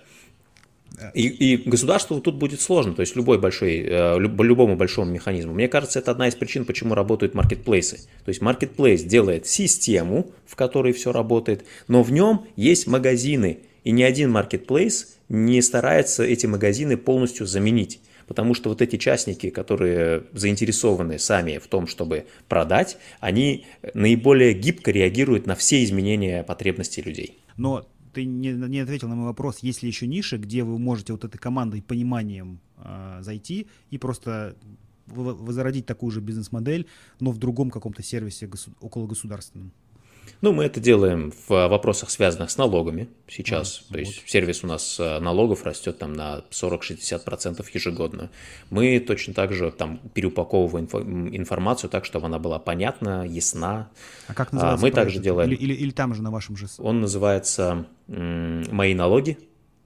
И, и государству тут будет сложно, то есть любой большой, люб, любому большому механизму. Мне кажется, это одна из причин, почему работают маркетплейсы. То есть маркетплейс делает систему, в которой все работает, но в нем есть магазины. И ни один маркетплейс не старается эти магазины полностью заменить. Потому что вот эти частники, которые заинтересованы сами в том, чтобы продать, они наиболее гибко реагируют на все изменения потребностей людей. Но ты не, не ответил на мой вопрос, есть ли еще ниши, где вы можете вот этой командой, пониманием э, зайти и просто возродить такую же бизнес-модель, но в другом каком-то сервисе госу- около государственном? Ну, мы это делаем в вопросах, связанных с налогами сейчас. А, то вот. есть сервис у нас налогов растет там на сорок-шестьдесят процентов ежегодно. Мы точно так же там переупаковываем информацию так, чтобы она была понятна, ясна. А как называется? Мы также делаем... Или, или, или там же на вашем же... Он называется «Мои налоги».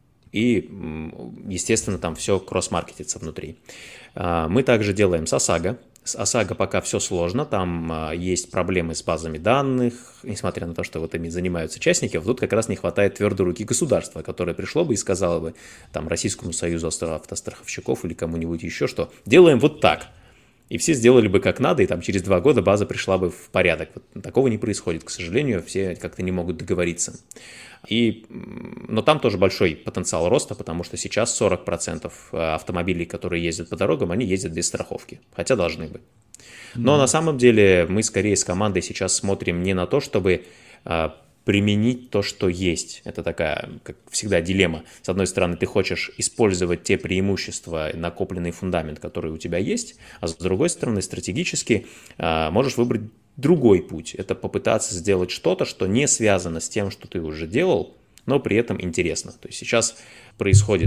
И, естественно, там все кросс-маркетится внутри. Мы также делаем с ОСАГО. С ОСАГО пока все сложно, там а, есть проблемы с базами данных, несмотря на то, что вот ими занимаются частники, вот тут как раз не хватает твердой руки государства, которое пришло бы и сказало бы там Российскому союзу автостраховщиков или кому-нибудь еще, что делаем вот так. И все сделали бы как надо, и там через два года база пришла бы в порядок. Вот такого не происходит, к сожалению, все как-то не могут договориться. И, но там тоже большой потенциал роста, потому что сейчас сорок процентов автомобилей, которые ездят по дорогам, они ездят без страховки, хотя должны бы. Но mm-hmm. на самом деле мы скорее с командой сейчас смотрим не на то, чтобы а, применить то, что есть. Это такая, как всегда, дилемма. С одной стороны, ты хочешь использовать те преимущества, накопленный фундамент, который у тебя есть, а с другой стороны, стратегически а, можешь выбрать другой путь. Это попытаться сделать что-то, что не связано с тем, что ты уже делал, но при этом интересно. То есть сейчас происходит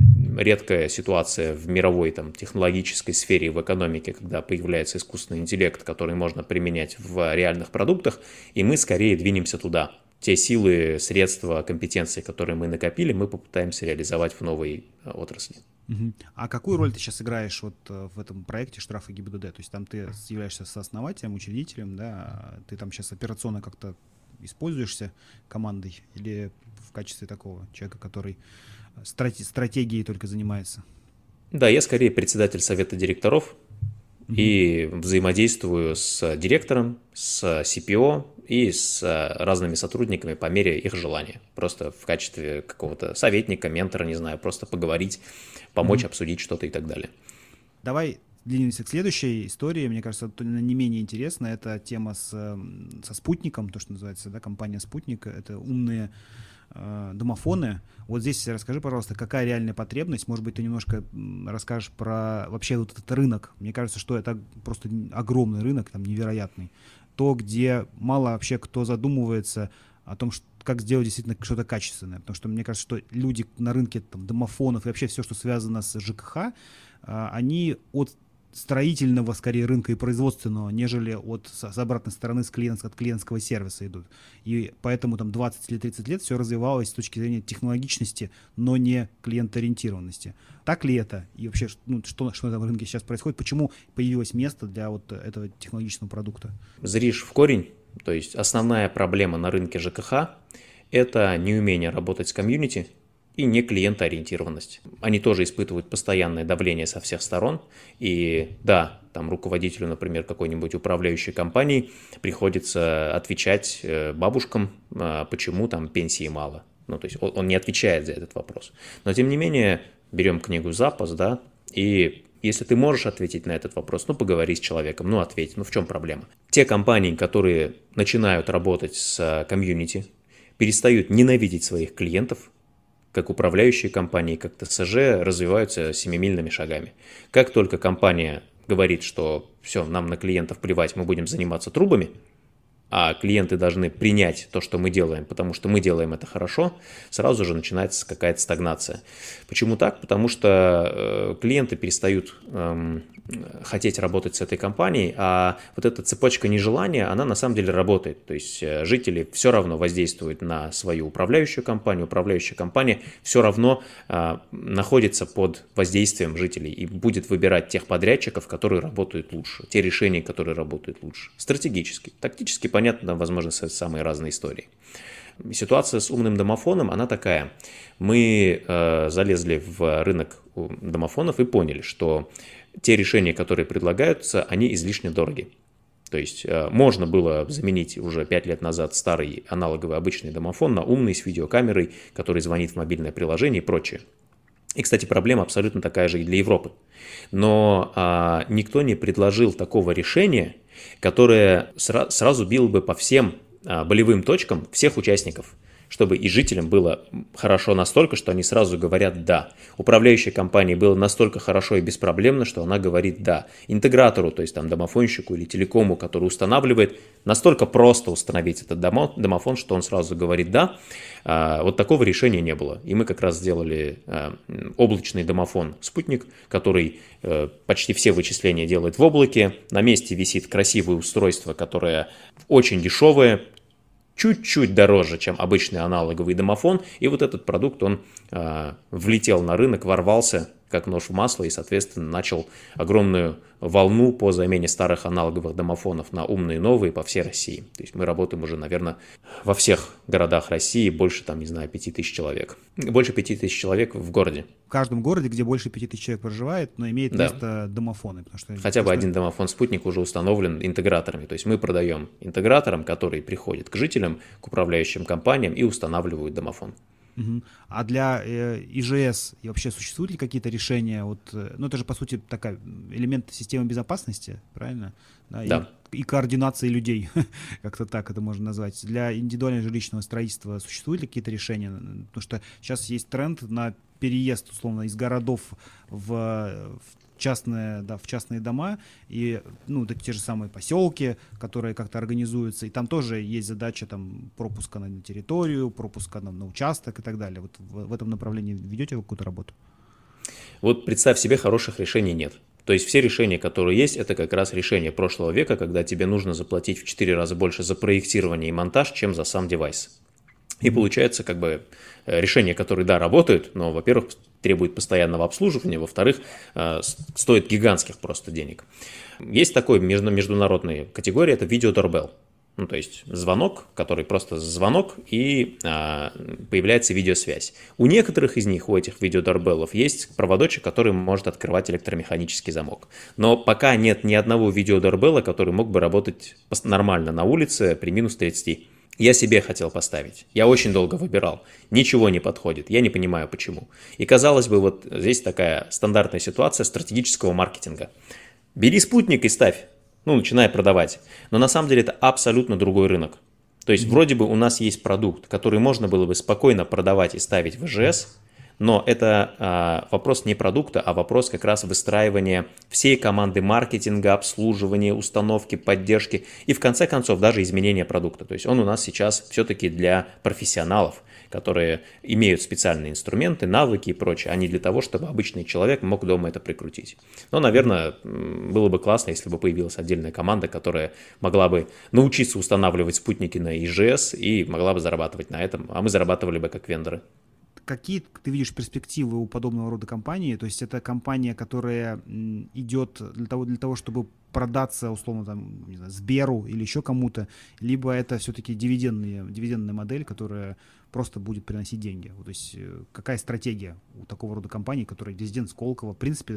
редкая ситуация в мировой там, технологической сфере, в экономике, когда появляется искусственный интеллект, который можно применять в реальных продуктах, и мы скорее двинемся туда. Те силы, средства, компетенции, которые мы накопили, мы попытаемся реализовать в новой отрасли. Uh-huh. А какую роль ты сейчас играешь вот в этом проекте «Штрафы ГИБДД»? То есть там ты являешься сооснователем, учредителем, да? Ты там сейчас операционно как-то используешься командой или в качестве такого человека, который страте- стратегией только занимается? Да, я скорее председатель совета директоров uh-huh. и взаимодействую с директором, с си пи о и с разными сотрудниками по мере их желания. Просто в качестве какого-то советника, ментора, не знаю, просто поговорить, помочь, mm-hmm. обсудить что-то и так далее. Давай двинемся к следующей истории. Мне кажется, не менее интересно. Это тема с, со спутником, то, что называется, да, компания «Спутник». Это умные э, домофоны. Вот здесь расскажи, пожалуйста, какая реальная потребность? Может быть, ты немножко расскажешь про вообще вот этот рынок. Мне кажется, что это просто огромный рынок, там невероятный. То, где мало вообще кто задумывается о том, что, как сделать действительно что-то качественное. Потому что мне кажется, что люди на рынке там, домофонов и вообще все, что связано с ЖКХ, они от строительного, скорее, рынка и производственного, нежели от, с обратной стороны, с клиент, от клиентского сервиса идут. И поэтому там двадцать или тридцать лет все развивалось с точки зрения технологичности, но не клиентоориентированности. Так ли это? И вообще, ну, что, что на этом рынке сейчас происходит? Почему появилось место для вот этого технологичного продукта? Зришь в корень. То есть основная проблема на рынке ЖКХ – это неумение работать с комьюнити и не клиентоориентированность. Они тоже испытывают постоянное давление со всех сторон. И да, там руководителю, например, какой-нибудь управляющей компании приходится отвечать бабушкам, почему там пенсии мало. Ну, то есть он, он не отвечает за этот вопрос. Но тем не менее, берем книгу «Запас», да, и если ты можешь ответить на этот вопрос, ну, поговори с человеком, ну, ответь, ну, в чем проблема? Те компании, которые начинают работать с комьюнити, перестают ненавидеть своих клиентов, как управляющие компании, как ТСЖ развиваются семимильными шагами. Как только компания говорит, что все, нам на клиентов плевать, мы будем заниматься трубами, а клиенты должны принять то, что мы делаем, потому что мы делаем это хорошо, сразу же начинается какая-то стагнация. Почему так? Потому что э, клиенты перестают э, хотеть работать с этой компанией, а вот эта цепочка нежелания, она на самом деле работает. То есть э, жители все равно воздействуют на свою управляющую компанию, управляющая компания все равно э, находится под воздействием жителей и будет выбирать тех подрядчиков, которые работают лучше, те решения, которые работают лучше. Стратегически, тактически, понятно, возможно, самые разные истории. Ситуация с умным домофоном, она такая. Мы э, залезли в рынок домофонов и поняли, что те решения, которые предлагаются, они излишне дороги. То есть э, можно было заменить уже пять лет назад старый аналоговый обычный домофон на умный с видеокамерой, который звонит в мобильное приложение и прочее. И, кстати, проблема абсолютно такая же и для Европы. Но а, никто не предложил такого решения, которое сра- сразу било бы по всем а, болевым точкам всех участников, чтобы и жителям было хорошо настолько, что они сразу говорят «да». Управляющей компании было настолько хорошо и беспроблемно, что она говорит «да». Интегратору, то есть там домофонщику или телекому, который устанавливает, настолько просто установить этот домо, домофон, что он сразу говорит «да». А, вот такого решения не было. И мы как раз сделали а, облачный домофон «Спутник», который а, почти все вычисления делает в облаке. На месте висит красивое устройство, которое очень дешевое, чуть-чуть дороже, чем обычный аналоговый домофон, и вот этот продукт, он э, влетел на рынок, ворвался как нож в масло и, соответственно, начал огромную волну по замене старых аналоговых домофонов на умные новые по всей России. То есть мы работаем уже, наверное, во всех городах России, больше, там, не знаю, пяти тысяч человек. Больше пяти тысяч человек в городе. В каждом городе, где больше пяти тысяч человек проживает, но имеет да. место домофоны. Потому что, Хотя бы один домофон-спутник уже установлен интеграторами. То есть мы продаем интеграторам, которые приходят к жителям, к управляющим компаниям и устанавливают домофон. Угу. А для э, ИЖС и вообще существуют ли какие-то решения? Вот, э, ну, это же, по сути, такая элемент системы безопасности, правильно? Да. да. И, и координации людей, как-то так это можно назвать. Для индивидуального жилищного строительства существуют ли какие-то решения? Потому что сейчас есть тренд на переезд, условно, из городов в, в частные, да, в частные дома и, ну, те же самые поселки, которые как-то организуются, и там тоже есть задача там пропуска на территорию, пропуска на, на участок и так далее. Вот в, в этом направлении ведете какую-то работу? Вот представь себе, хороших решений нет. То есть все решения, которые есть, это как раз решения прошлого века, когда тебе нужно заплатить в четыре раза больше за проектирование и монтаж, чем за сам девайс. И получается, как бы, решения, которые, да, работают, но, во-первых, требуют постоянного обслуживания, во-вторых, стоят гигантских просто денег. Есть такой международная категория, это видеодорбелл. Ну, то есть звонок, который просто звонок, и а, появляется видеосвязь. У некоторых из них, у этих видеодорбеллов, есть проводочек, который может открывать электромеханический замок. Но пока нет ни одного видеодорбелла, который мог бы работать нормально на улице при минус тридцати. Я себе хотел поставить. Я очень долго выбирал. Ничего не подходит. Я не понимаю, почему. И казалось бы, вот здесь такая стандартная ситуация стратегического маркетинга. Бери спутник и ставь. Ну, начинай продавать. Но на самом деле это абсолютно другой рынок. То есть mm-hmm. вроде бы у нас есть продукт, который можно было бы спокойно продавать и ставить в ИЖС, но это а, вопрос не продукта, а вопрос как раз выстраивания всей команды маркетинга, обслуживания, установки, поддержки и в конце концов даже изменения продукта. То есть он у нас сейчас все-таки для профессионалов, которые имеют специальные инструменты, навыки и прочее, а не для того, чтобы обычный человек мог дома это прикрутить. Но, наверное, было бы классно, если бы появилась отдельная команда, которая могла бы научиться устанавливать спутники на ИЖС и могла бы зарабатывать на этом, а мы зарабатывали бы как вендоры. Какие ты видишь перспективы у подобного рода компании? То есть это компания, которая идет для того, для того, чтобы продаться, условно, там, не знаю, Сберу или еще кому-то, либо это все-таки дивидендная, дивидендная модель, которая просто будет приносить деньги. То есть какая стратегия у такого рода компаний, которая Disident, Сколково, в принципе,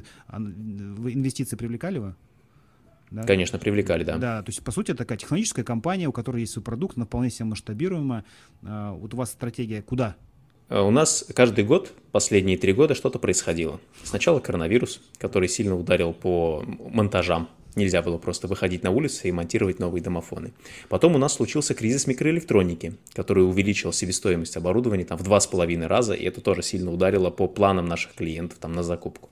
вы инвестиции привлекали вы? Да? Конечно, привлекали, да. Да, то есть, по сути, это такая технологическая компания, у которой есть свой продукт, она вполне себе масштабируема. Вот у вас стратегия куда? У нас каждый год, последние три года, что-то происходило. Сначала коронавирус, который сильно ударил по монтажам. Нельзя было просто выходить на улицу и монтировать новые домофоны. Потом у нас случился кризис микроэлектроники, который увеличил себестоимость оборудования там, в два с половиной раза, и это тоже сильно ударило по планам наших клиентов там, на закупку.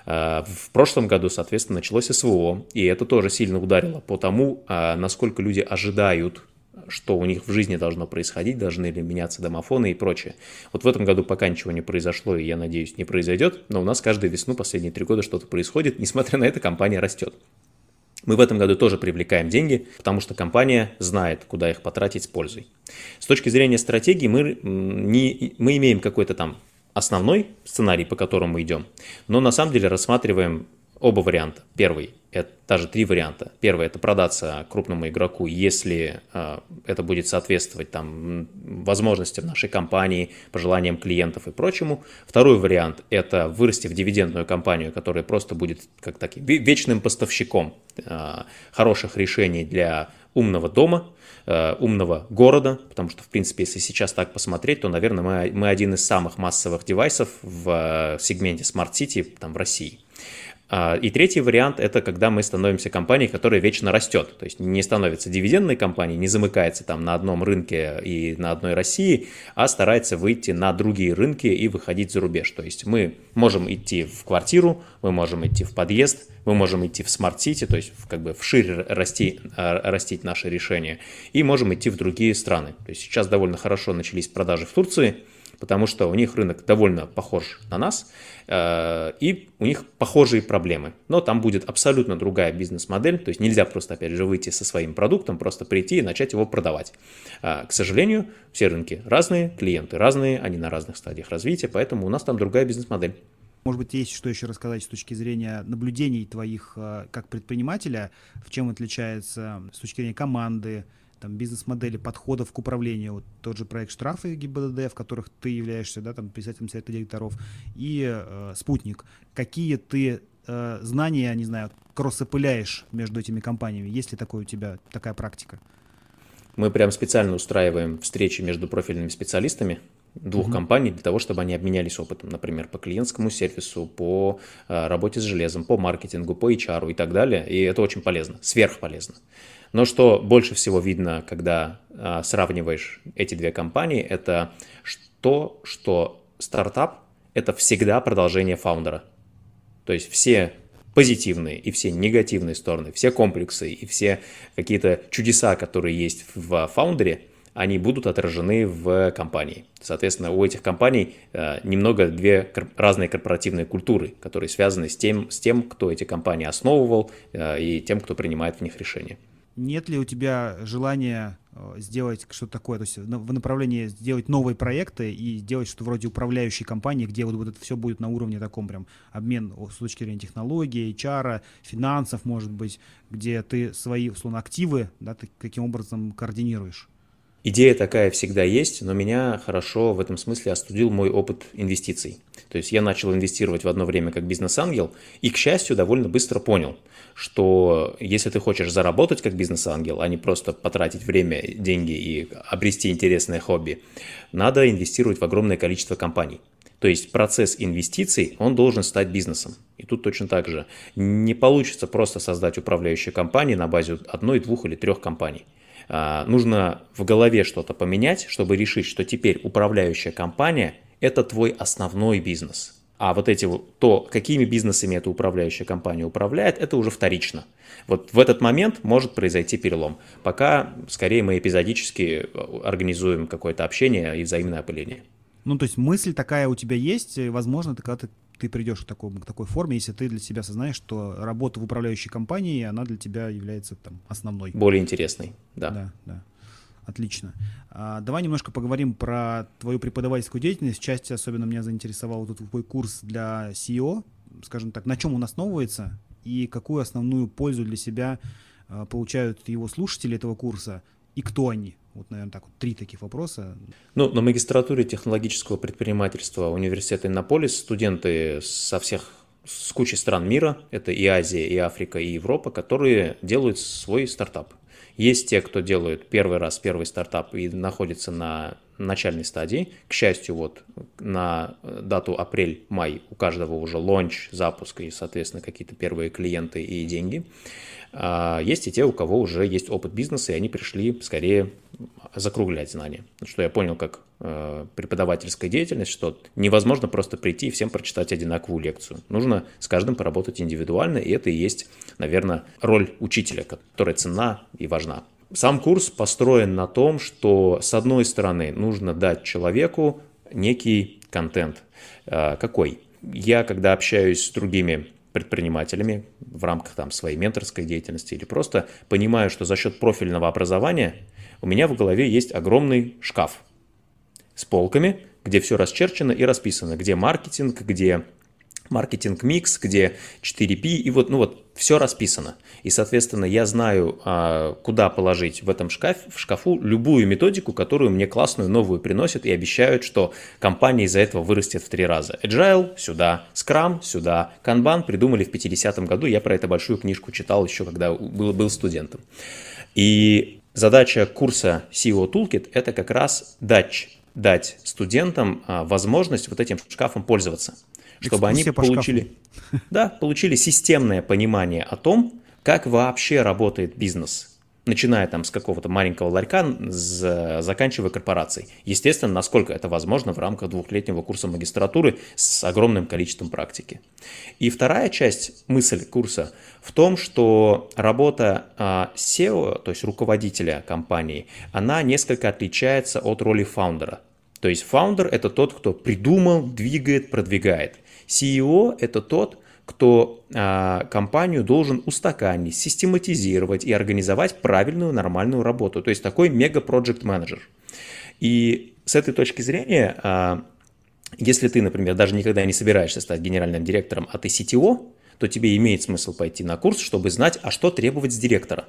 В прошлом году, соответственно, началось СВО, и это тоже сильно ударило по тому, насколько люди ожидают, что у них в жизни должно происходить, должны ли меняться домофоны и прочее. Вот в этом году пока ничего не произошло, и я надеюсь, не произойдет, но у нас каждую весну последние три года что-то происходит, несмотря на это, компания растет. Мы в этом году тоже привлекаем деньги, потому что компания знает, куда их потратить с пользой. С точки зрения стратегии мы, не, мы имеем какой-то там основной сценарий, по которому мы идем, но на самом деле рассматриваем оба варианта. Первый, это даже три варианта. Первый – это продаться крупному игроку, если э, это будет соответствовать там, возможностям нашей компании, пожеланиям клиентов и прочему. Второй вариант – это вырасти в дивидендную компанию, которая просто будет как таким вечным поставщиком э, хороших решений для умного дома, э, умного города, потому что, в принципе, если сейчас так посмотреть, то, наверное, мы, мы один из самых массовых девайсов в э, сегменте Smart City там, в России. И третий вариант – это когда мы становимся компанией, которая вечно растет, то есть не становится дивидендной компанией, не замыкается там на одном рынке и на одной России, а старается выйти на другие рынки и выходить за рубеж. То есть мы можем идти в квартиру, мы можем идти в подъезд, мы можем идти в Smart City, то есть как бы вширь расти, растить наши решения, и можем идти в другие страны. То есть сейчас довольно хорошо начались продажи в Турции, потому что у них рынок довольно похож на нас, э, и у них похожие проблемы. Но там будет абсолютно другая бизнес-модель, то есть нельзя просто, опять же, выйти со своим продуктом, просто прийти и начать его продавать. Э, к сожалению, все рынки разные, клиенты разные, они на разных стадиях развития, поэтому у нас там другая бизнес-модель. Может быть, есть что еще рассказать с точки зрения наблюдений твоих э, как предпринимателя, в чем отличается с точки зрения команды, там, бизнес-модели, подходов к управлению, вот тот же проект «Штрафы» ГИБДД, в которых ты являешься, да, там, председателем совета директоров, и э, «Спутник». Какие ты э, знания, не знаю, кроссопыляешь между этими компаниями? Есть ли такое у тебя, такая практика? Мы прям специально устраиваем встречи между профильными специалистами двух mm-hmm. компаний для того, чтобы они обменялись опытом, например, по клиентскому сервису, по э, работе с железом, по маркетингу, по эйч ар и так далее, и это очень полезно, сверхполезно. Но что больше всего видно, когда а, сравниваешь эти две компании, это то, что стартап – это всегда продолжение фаундера. То есть все позитивные и все негативные стороны, все комплексы и все какие-то чудеса, которые есть в фаундере, они будут отражены в компании. Соответственно, у этих компаний а, немного две кор- разные корпоративные культуры, которые связаны с тем, с тем, кто эти компании основывал а, и тем, кто принимает в них решения. Нет ли у тебя желания сделать что-то такое, то есть в направлении сделать новые проекты и сделать что-то вроде управляющей компании, где вот, вот это все будет на уровне таком прям обмен с точки зрения технологий, эйч ар, финансов, может быть, где ты свои, условно, активы, да, ты каким образом координируешь? Идея такая всегда есть, но меня хорошо в этом смысле остудил мой опыт инвестиций. То есть я начал инвестировать в одно время как бизнес-ангел и, к счастью, довольно быстро понял, что если ты хочешь заработать как бизнес-ангел, а не просто потратить время, деньги и обрести интересное хобби, надо инвестировать в огромное количество компаний. То есть процесс инвестиций, он должен стать бизнесом. И тут точно так же. Не получится просто создать управляющую компанию на базе одной, двух или трех компаний. Нужно в голове что-то поменять, чтобы решить, что теперь управляющая компания – это твой основной бизнес. А вот эти вот, то, какими бизнесами эта управляющая компания управляет, это уже вторично. Вот в этот момент может произойти перелом. Пока, скорее, мы эпизодически организуем какое-то общение и взаимное опыление. Ну, то есть мысль такая у тебя есть, и, возможно, ты, когда ты, ты придешь к, такому, к такой форме, если ты для себя осознаешь, что работа в управляющей компании, она для тебя является там основной. Более интересной, да. Да, да. Отлично. А, давай немножко поговорим про твою преподавательскую деятельность. В части особенно меня заинтересовал тут твой курс для си и о. Скажем так, на чем он основывается и какую основную пользу для себя а, получают его слушатели этого курса и кто они? Вот, наверное, так вот три таких вопроса. Ну, на магистратуре технологического предпринимательства университета Иннополис студенты со всех, с кучи стран мира, это и Азия, и Африка, и Европа, которые делают свой стартап. Есть те, кто делают первый раз первый стартап и находятся на начальной стадии. К счастью, вот на дату апрель-май у каждого уже лонч, запуск и, соответственно, какие-то первые клиенты и деньги. Есть и те, у кого уже есть опыт бизнеса, и они пришли скорее закруглять знания. Что я понял как э, преподавательская деятельность, что невозможно просто прийти и всем прочитать одинаковую лекцию. Нужно с каждым поработать индивидуально, и это и есть, наверное, роль учителя, которая ценна и важна. Сам курс построен на том, что, с одной стороны, нужно дать человеку некий контент. Э, какой? Я, когда общаюсь с другими предпринимателями в рамках там, своей менторской деятельности или просто понимаю, что за счет профильного образования у меня в голове есть огромный шкаф с полками, где все расчерчено и расписано, где маркетинг, где маркетинг-микс, где четыре пи, и вот, ну вот все расписано. И, соответственно, я знаю, куда положить в этом шкафе, в шкафу любую методику, которую мне классную новую приносят и обещают, что компания из-за этого вырастет в три раза. Agile сюда, Scrum сюда, Kanban придумали в пятидесятом году, я про это большую книжку читал еще, когда был, был студентом. И задача курса си и о Toolkit – это как раз дать, дать студентам возможность вот этим шкафом пользоваться. Чтобы они получили, да, получили системное понимание о том, как вообще работает бизнес, начиная там с какого-то маленького ларька, с, заканчивая корпорацией. Естественно, насколько это возможно в рамках двухлетнего курса магистратуры с огромным количеством практики. И вторая часть, мысль курса в том, что работа а, си и о, то есть руководителя компании, она несколько отличается от роли фаундера. То есть фаундер – это тот, кто придумал, двигает, продвигает. си и о – это тот, кто а, компанию должен устаканить, систематизировать и организовать правильную, нормальную работу. То есть такой мега-проджект-менеджер. И с этой точки зрения, а, если ты, например, даже никогда не собираешься стать генеральным директором, а ты си ти о, то тебе имеет смысл пойти на курс, чтобы знать, а что требовать с директора.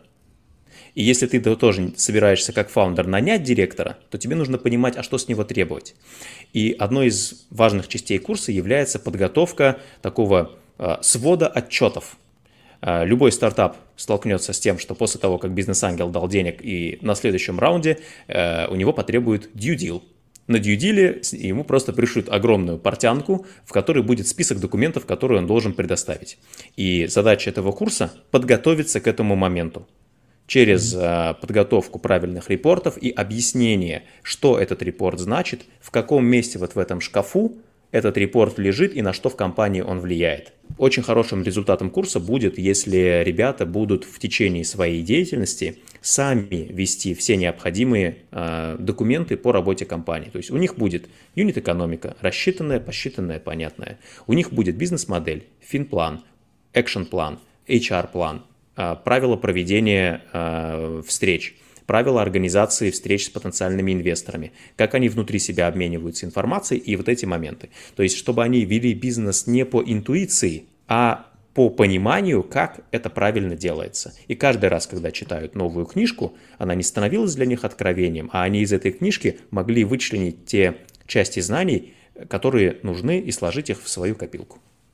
И если ты тоже собираешься как фаундер нанять директора, то тебе нужно понимать, а что с него требовать. И одной из важных частей курса является подготовка такого э, свода отчетов. Э, любой стартап столкнется с тем, что после того, как бизнес-ангел дал денег и на следующем раунде э, у него потребует due deal. На due deal ему просто пришлют огромную портянку, в которой будет список документов, которые он должен предоставить. И задача этого курса – подготовиться к этому моменту. Через а, подготовку правильных репортов и объяснение, что этот репорт значит, в каком месте вот в этом шкафу этот репорт лежит и на что в компании он влияет. Очень хорошим результатом курса будет, если ребята будут в течение своей деятельности сами вести все необходимые а, документы по работе компании. То есть у них будет юнит-экономика, рассчитанная, посчитанная, понятная. У них будет бизнес-модель, финплан, экшн-план, эйч ар-план. Правила проведения э, встреч, правила организации встреч с потенциальными инвесторами, как они внутри себя обмениваются информацией и вот эти моменты. То есть, чтобы они вели бизнес не по интуиции, а по пониманию, как это правильно делается. И каждый раз, когда читают новую книжку, она не становилась для них откровением, а они из этой книжки могли вычленить те части знаний, которые нужны, и сложить их в свою копилку.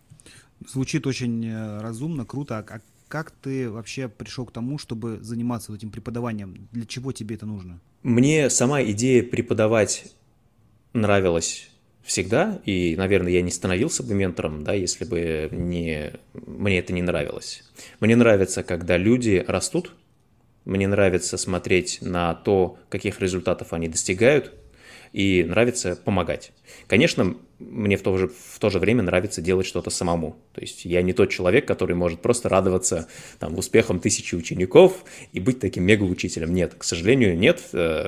Звучит очень разумно, круто. А как ты вообще пришел к тому, чтобы заниматься этим преподаванием? Для чего тебе это нужно? Мне сама идея преподавать нравилась всегда, и, наверное, я не становился бы ментором, да, если бы не, мне это не нравилось. Мне нравится, когда люди растут, мне нравится смотреть на то, каких результатов они достигают, и нравится помогать. Конечно, мне в то же, в то же время нравится делать что-то самому. То есть я не тот человек, который может просто радоваться там, успехам тысячи учеников и быть таким мега-учителем. Нет, к сожалению, нет.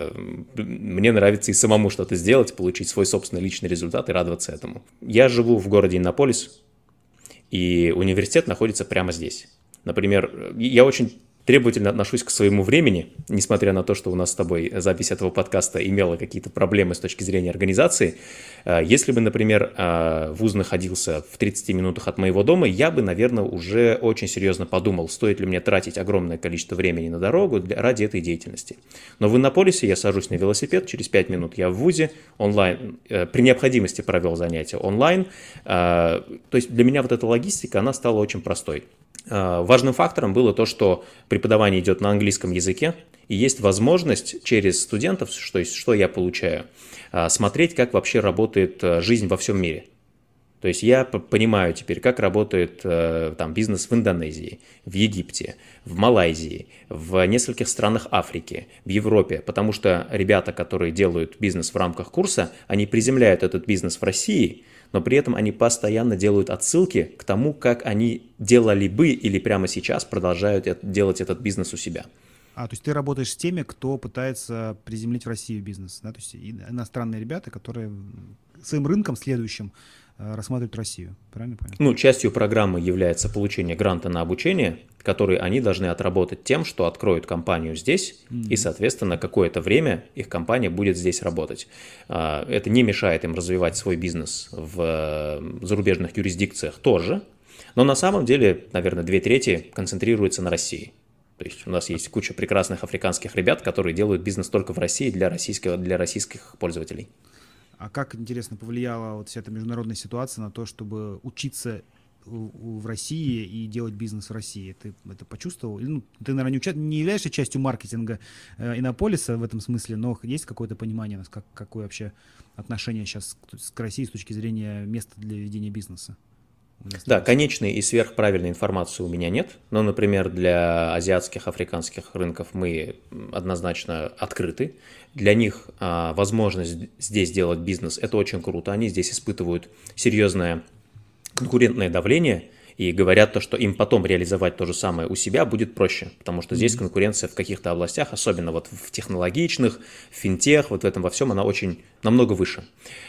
Мне нравится и самому что-то сделать, получить свой собственный личный результат и радоваться этому. Я живу в городе Иннополис, и университет находится прямо здесь. Например, я очень требовательно отношусь к своему времени, несмотря на то, что у нас с тобой запись этого подкаста имела какие-то проблемы с точки зрения организации. Если бы, например, вуз находился в тридцати минутах от моего дома, я бы, наверное, уже очень серьезно подумал, стоит ли мне тратить огромное количество времени на дорогу для, ради этой деятельности. Но в Иннополисе я сажусь на велосипед, через пять минут я в вузе, онлайн, при необходимости провел занятия онлайн. То есть для меня вот эта логистика, она стала очень простой. Важным фактором было то, что преподавание идет на английском языке, и есть возможность через студентов, что, что я получаю, смотреть, как вообще работает жизнь во всем мире. То есть я понимаю теперь, как работает там, бизнес в Индонезии, в Египте, в Малайзии, в нескольких странах Африки, в Европе, потому что ребята, которые делают бизнес в рамках курса, они приземляют этот бизнес в России, но при этом они постоянно делают отсылки к тому, как они делали бы или прямо сейчас продолжают делать этот бизнес у себя. А, то есть ты работаешь с теми, кто пытается приземлить в Россию бизнес, да? То есть иностранные ребята, которые своим рынком следующим рассматривают Россию, правильно понял? Ну, частью программы является получение гранта на обучение, который они должны отработать тем, что откроют компанию здесь, mm-hmm. и, соответственно, какое-то время их компания будет здесь работать. Это не мешает им развивать свой бизнес в зарубежных юрисдикциях тоже, но на самом деле, наверное, две трети концентрируются на России. То есть у нас есть куча прекрасных африканских ребят, которые делают бизнес только в России для, российского, для российских пользователей. А как, интересно, повлияла вот вся эта международная ситуация на то, чтобы учиться в России и делать бизнес в России? Ты это почувствовал? Ну, ты, наверное, не, уча... не являешься частью маркетинга э, Иннополиса в этом смысле, но есть какое-то понимание, как, какое вообще отношение сейчас к, к России с точки зрения места для ведения бизнеса? Да, конечной и сверхправильной информации у меня нет, но, например, для азиатских, африканских рынков мы однозначно открыты. Для них а, возможность здесь делать бизнес – это очень круто. Они здесь испытывают серьезное конкурентное давление и говорят то, что им потом реализовать то же самое у себя будет проще, потому что здесь конкуренция в каких-то областях, особенно вот в технологичных, в финтех, вот в этом во всем, она очень намного выше.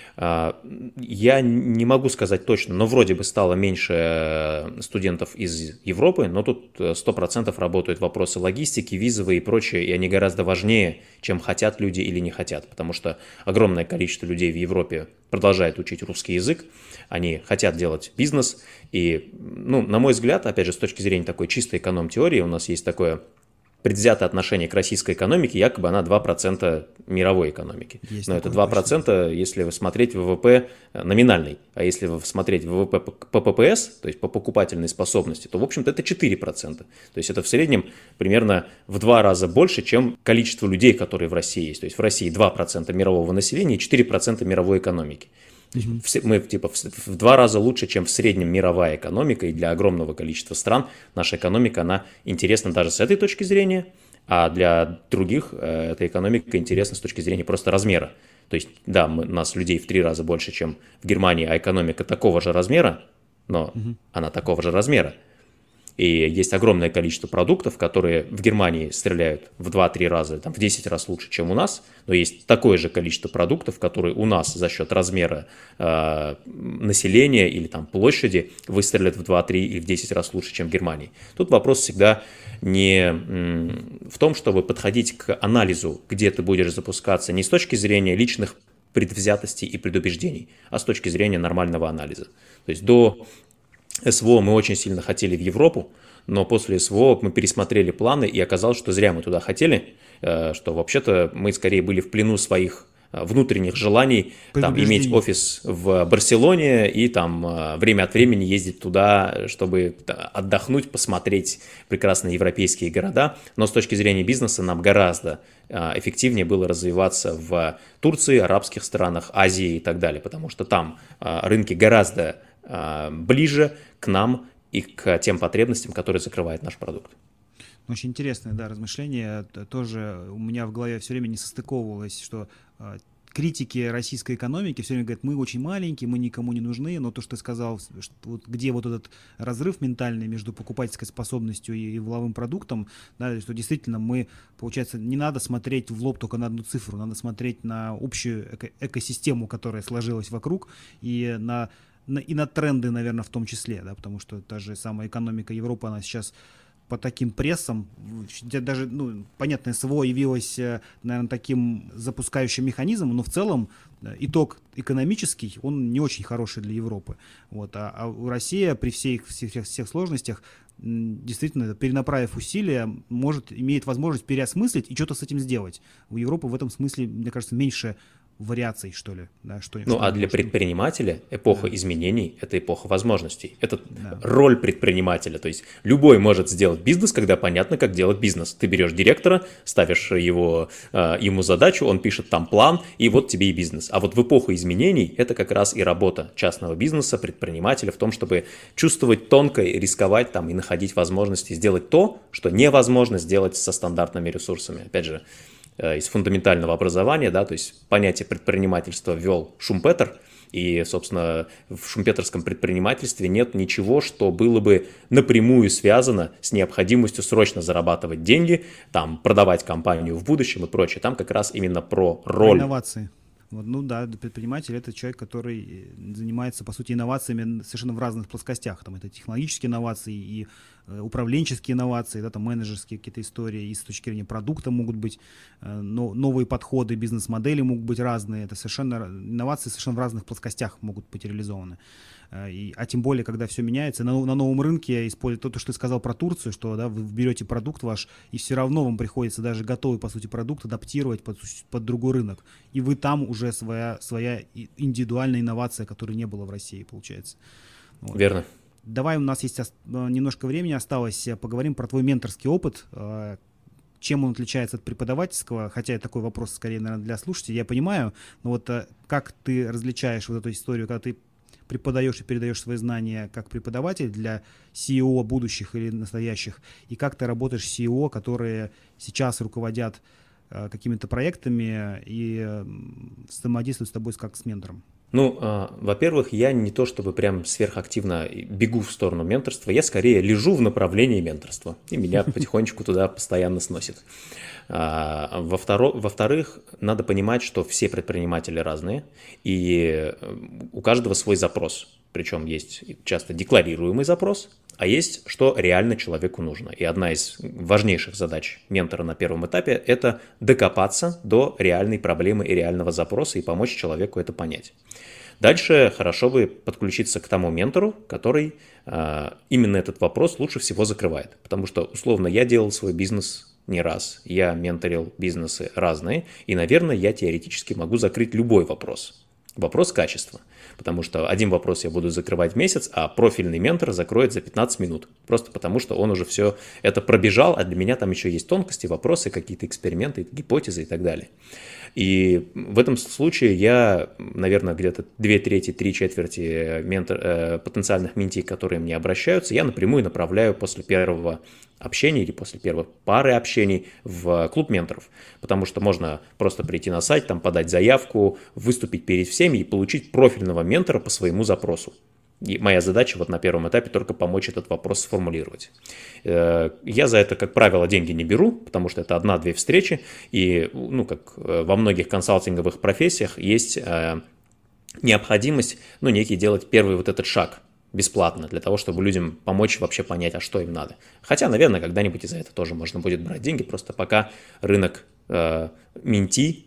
Я не могу сказать точно, но вроде бы стало меньше студентов из Европы, но тут сто процентов работают вопросы логистики, визовые и прочее, и они гораздо важнее, чем хотят люди или не хотят, потому что огромное количество людей в Европе продолжает учить русский язык, они хотят делать бизнес, и, ну, на мой взгляд, опять же, с точки зрения такой чистой эконом-теории, у нас есть такое предвзятое отношение к российской экономике, якобы она два процента мировой экономики. Есть. Но это два процента, если смотреть ВВП номинальный, а если смотреть ВВП по ППС, то есть по покупательной способности, то, в общем-то, это четыре процента. То есть это в среднем примерно в два раза больше, чем количество людей, которые в России есть. То есть в России два процента мирового населения и четыре процента мировой экономики. Mm-hmm. Мы типа в, в два раза лучше, чем в среднем мировая экономика, и для огромного количества стран наша экономика, она интересна даже с этой точки зрения, а для других э, эта экономика интересна с точки зрения просто размера. То есть, да, мы, нас людей в три раза больше, чем в Германии, а экономика такого же размера, но mm-hmm. она такого же размера. И есть огромное количество продуктов, которые в Германии стреляют в два-три раза, там, в десять раз лучше, чем у нас, но есть такое же количество продуктов, которые у нас за счет размера э, населения или там, площади выстрелят в два-три или в десять раз лучше, чем в Германии. Тут вопрос всегда не м, в том, чтобы подходить к анализу, где ты будешь запускаться, не с точки зрения личных предвзятостей и предубеждений, а с точки зрения нормального анализа. То есть до СВО мы очень сильно хотели в Европу, но после СВО мы пересмотрели планы, и оказалось, что зря мы туда хотели, что вообще-то мы скорее были в плену своих внутренних желаний там, иметь офис в Барселоне и там время от времени ездить туда, чтобы отдохнуть, посмотреть прекрасные европейские города. Но с точки зрения бизнеса нам гораздо эффективнее было развиваться в Турции, арабских странах, Азии и так далее, потому что там рынки гораздо ближе к нам и к тем потребностям, которые закрывает наш продукт. Очень интересное, да, размышление. Тоже у меня в голове все время не состыковывалось, что э, критики российской экономики все время говорят, мы очень маленькие, мы никому не нужны, но то, что ты сказал, что вот где вот этот разрыв ментальный между покупательской способностью и, и воловым продуктом, да, что действительно мы, получается, не надо смотреть в лоб только на одну цифру, надо смотреть на общую эко- экосистему, которая сложилась вокруг, и на, на, и на тренды, наверное, в том числе, да, потому что та же самая экономика Европы, она сейчас по таким прессам, даже, ну, понятно, СВО явилось, наверное, таким запускающим механизмом, но в целом итог экономический, он не очень хороший для Европы. Вот. А, а Россия при всей, всех, всех сложностях, действительно, перенаправив усилия, может, имеет возможность переосмыслить и что-то с этим сделать. У Европы в этом смысле, мне кажется, меньше вариаций, что ли. Да, что, ну, что а для может... предпринимателя эпоха да. изменений – это эпоха возможностей. Это Да. роль предпринимателя. То есть любой может сделать бизнес, когда понятно, как делать бизнес. Ты берешь директора, ставишь его, э, ему задачу, он пишет там план, и вот тебе и бизнес. А вот в эпоху изменений это как раз и работа частного бизнеса, предпринимателя в том, чтобы чувствовать тонко, рисковать там, и находить возможности сделать то, что невозможно сделать со стандартными ресурсами. Опять же, из фундаментального образования, да, то есть понятие предпринимательства ввел Шумпетер, и, собственно, в шумпетерском предпринимательстве нет ничего, что было бы напрямую связано с необходимостью срочно зарабатывать деньги, там, продавать компанию в будущем и прочее. Там как раз именно про роль. Про инновации. Вот, ну да, предприниматель — это человек, который занимается, по сути, инновациями совершенно в разных плоскостях. Там это технологические инновации и э, управленческие инновации, да, там менеджерские какие-то истории, и с точки зрения продукта могут быть э, но, новые подходы, бизнес-модели могут быть разные. Это совершенно инновации совершенно в разных плоскостях могут быть реализованы. И, а тем более, когда все меняется, на, на новом рынке, используя то, что ты сказал про Турцию, что да, вы берете продукт ваш, и все равно вам приходится даже готовый, по сути, продукт адаптировать под, под другой рынок. И вы там уже своя, своя индивидуальная инновация, которой не было в России, получается. Вот. Верно. Давай, у нас есть немножко времени осталось, поговорим про твой менторский опыт. Чем он отличается от преподавательского, хотя такой вопрос скорее, наверное, для слушателей, я понимаю, но вот как ты различаешь вот эту историю, когда ты преподаешь и передаешь свои знания как преподаватель для си и о будущих или настоящих, и как ты работаешь с си и о, которые сейчас руководят э, какими-то проектами и э, взаимодействуют с тобой как с ментором? Ну, э, во-первых, я не то чтобы прям сверхактивно бегу в сторону менторства, я скорее лежу в направлении менторства, и меня потихонечку туда постоянно сносит. А, во-второ- во-вторых, надо понимать, что все предприниматели разные, и у каждого свой запрос. Причем есть часто декларируемый запрос, а есть, что реально человеку нужно. И одна из важнейших задач ментора на первом этапе – это докопаться до реальной проблемы и реального запроса и помочь человеку это понять. Дальше хорошо бы подключиться к тому ментору, который э, именно этот вопрос лучше всего закрывает. Потому что, условно, я делал свой бизнес не раз, я менторил бизнесы разные, и, наверное, я теоретически могу закрыть любой вопрос. Вопрос качества. Потому что один вопрос я буду закрывать в месяц, а профильный ментор закроет за пятнадцать минут. Просто потому что он уже все это пробежал, а для меня там еще есть тонкости, вопросы, какие-то эксперименты, гипотезы и так далее. И в этом случае я, наверное, где-то две трети, три четверти ментор, э, потенциальных менти, которые мне обращаются, я напрямую направляю после первого общения или после первой пары общений в клуб менторов. Потому что можно просто прийти на сайт, там подать заявку, выступить перед всеми и получить профильного ментора по своему запросу. И моя задача вот на первом этапе только помочь этот вопрос сформулировать. Я за это, как правило, деньги не беру, потому что это одна-две встречи, и, ну, как во многих консалтинговых профессиях, есть необходимость, ну, некий делать первый вот этот шаг бесплатно, для того, чтобы людям помочь вообще понять, а что им надо. Хотя, наверное, когда-нибудь и за это тоже можно будет брать деньги, просто пока рынок э, менти,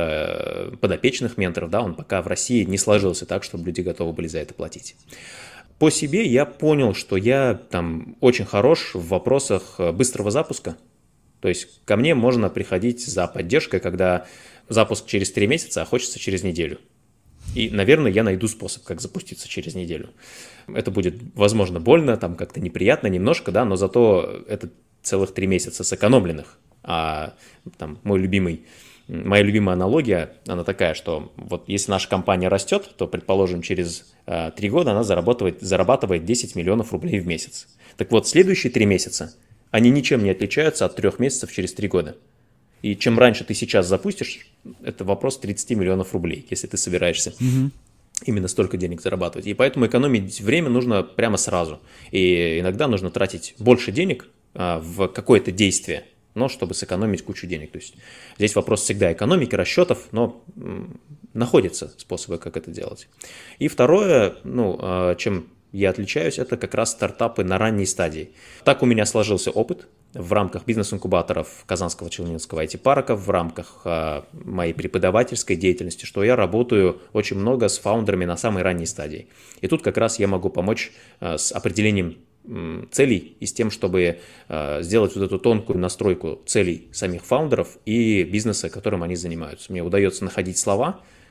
подопечных менторов, да, он пока в России не сложился так, чтобы люди готовы были за это платить. По себе я понял, что я там очень хорош в вопросах быстрого запуска. То есть ко мне можно приходить за поддержкой, когда запуск через три месяца, а хочется через неделю. И, наверное, я найду способ, как запуститься через неделю. Это будет, возможно, больно, там как-то неприятно немножко, да, но зато это целых три месяца сэкономленных. А там мой любимый Моя любимая аналогия, она такая, что вот если наша компания растет, то, предположим, через э, три года она зарабатывает, зарабатывает десять миллионов рублей в месяц. Так вот, следующие три месяца, они ничем не отличаются от трех месяцев через три года. И чем раньше ты сейчас запустишь, это вопрос тридцать миллионов рублей, если ты собираешься mm-hmm. именно столько денег зарабатывать. И поэтому экономить время нужно прямо сразу. И иногда нужно тратить больше денег э, в какое-то действие, но чтобы сэкономить кучу денег. То есть здесь вопрос всегда экономики, расчетов, но м, находятся способы, как это делать. И второе, ну, чем я отличаюсь, это как раз стартапы на ранней стадии. Так у меня сложился опыт в рамках бизнес-инкубаторов Казанского Челнинского ай ти-парка, в рамках а, моей преподавательской деятельности, что я работаю очень много с фаундерами на самой ранней стадии. И тут как раз я могу помочь а, с определением целей и с тем, чтобы э, сделать вот эту тонкую настройку целей самих фаундеров и бизнеса, которым они занимаются. Мне удается находить слова,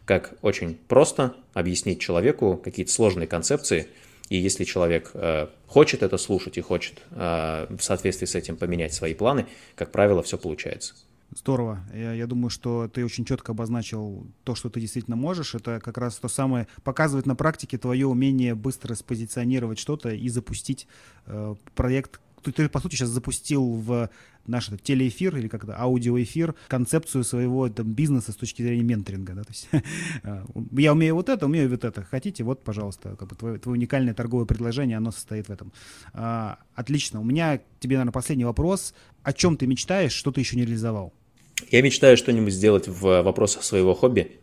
как очень просто объяснить человеку какие-то сложные концепции, и если человек э, хочет это слушать и хочет э, в соответствии с этим поменять свои планы, как правило, все получается. Здорово. Я, я думаю, что ты очень четко обозначил то, что ты действительно можешь. Это как раз то самое, показывает на практике твое умение быстро спозиционировать что-то и запустить э, проект. Ты, ты, по сути, сейчас запустил в наш это, телеэфир или как-то аудиоэфир концепцию своего там, бизнеса с точки зрения менторинга. Да? То есть, я умею вот это, умею вот это. Хотите, вот, пожалуйста, как бы твое, твое уникальное торговое предложение, оно состоит в этом. А, отлично. У меня к тебе, наверное, последний вопрос. О чем ты мечтаешь, что ты еще не реализовал? Я мечтаю что-нибудь сделать в вопросах своего хобби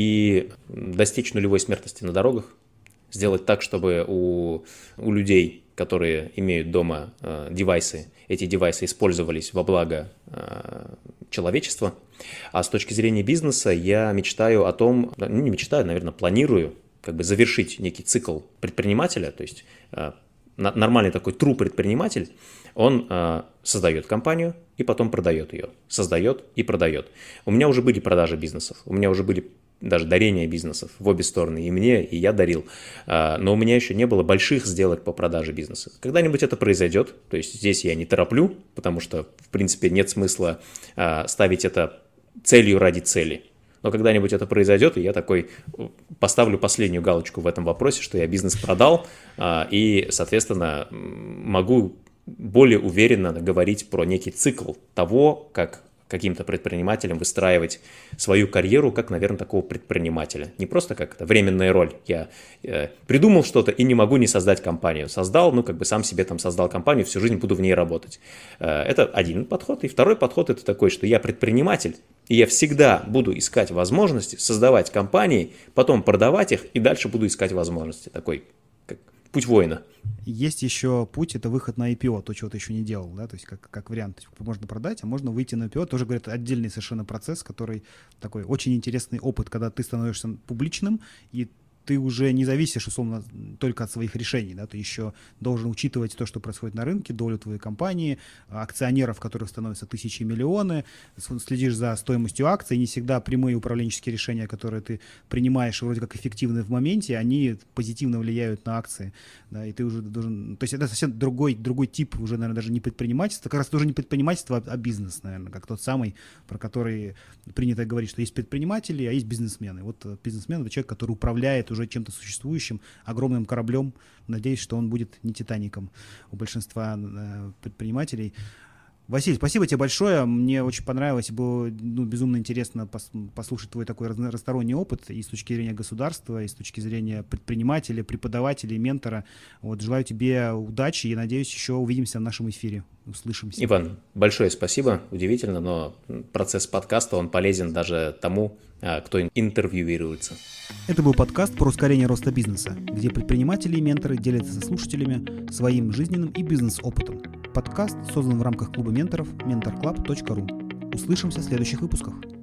и достичь нулевой смертности на дорогах, сделать так, чтобы у, у людей, которые имеют дома э, девайсы, эти девайсы использовались во благо э, человечества. А с точки зрения бизнеса я мечтаю о том, ну не мечтаю, наверное, планирую как бы завершить некий цикл предпринимателя, то есть э, нормальный такой true предприниматель, он э, создает компанию и потом продает ее, создает и продает. У меня уже были продажи бизнесов, у меня уже были даже дарения бизнесов в обе стороны, и мне, и я дарил, э, но у меня еще не было больших сделок по продаже бизнеса. Когда-нибудь это произойдет, то есть здесь я не тороплю, потому что, в принципе, нет смысла э, ставить это целью ради цели. Но когда-нибудь это произойдет, и я такой поставлю последнюю галочку в этом вопросе, что я бизнес продал, э, и, соответственно, могу более уверенно говорить про некий цикл того, как каким-то предпринимателям выстраивать свою карьеру, как, наверное, такого предпринимателя. Не просто как это временная роль. Я э, придумал что-то и не могу не создать компанию. Создал, ну, как бы сам себе там создал компанию, всю жизнь буду в ней работать. Э, это один подход. И второй подход – это такой, что я предприниматель, и я всегда буду искать возможности создавать компании, потом продавать их, и дальше буду искать возможности. Такой как путь воина. Есть еще путь, это выход на ай пи о, то, чего ты еще не делал, да, то есть как, как вариант. То есть можно продать, а можно выйти на ай пи о. Тоже, говорят, отдельный совершенно процесс, который такой очень интересный опыт, когда ты становишься публичным, и ты уже не зависишь, условно, только от своих решений, да, ты еще должен учитывать то, что происходит на рынке, долю твоей компании, акционеров, которых становятся тысячи и миллионы, следишь за стоимостью акций, не всегда прямые управленческие решения, которые ты принимаешь вроде как эффективны в моменте, они позитивно влияют на акции, да, и ты уже должен, то есть это совсем другой, другой тип уже, наверное, даже не предпринимательство, как раз тоже не предпринимательство, а бизнес, наверное, как тот самый, про который принято говорить, что есть предприниматели, а есть бизнесмены. Вот бизнесмен — это человек, который управляет уже чем-то существующим, огромным кораблем. Надеюсь, что он будет не «Титаником» у большинства э, предпринимателей. Василий, спасибо тебе большое. Мне очень понравилось, было ну, безумно интересно пос- послушать твой такой разносторонний опыт и с точки зрения государства, и с точки зрения предпринимателя, преподавателя, ментора. Вот, желаю тебе удачи и, надеюсь, еще увидимся в нашем эфире, услышимся. Иван, большое спасибо. Удивительно, но процесс подкаста, он полезен даже тому, кто интервьюируется. Это был подкаст про ускорение роста бизнеса, где предприниматели и менторы делятся со слушателями своим жизненным и бизнес-опытом. Подкаст создан в рамках клуба менторов mentor club точка ru. Услышимся в следующих выпусках.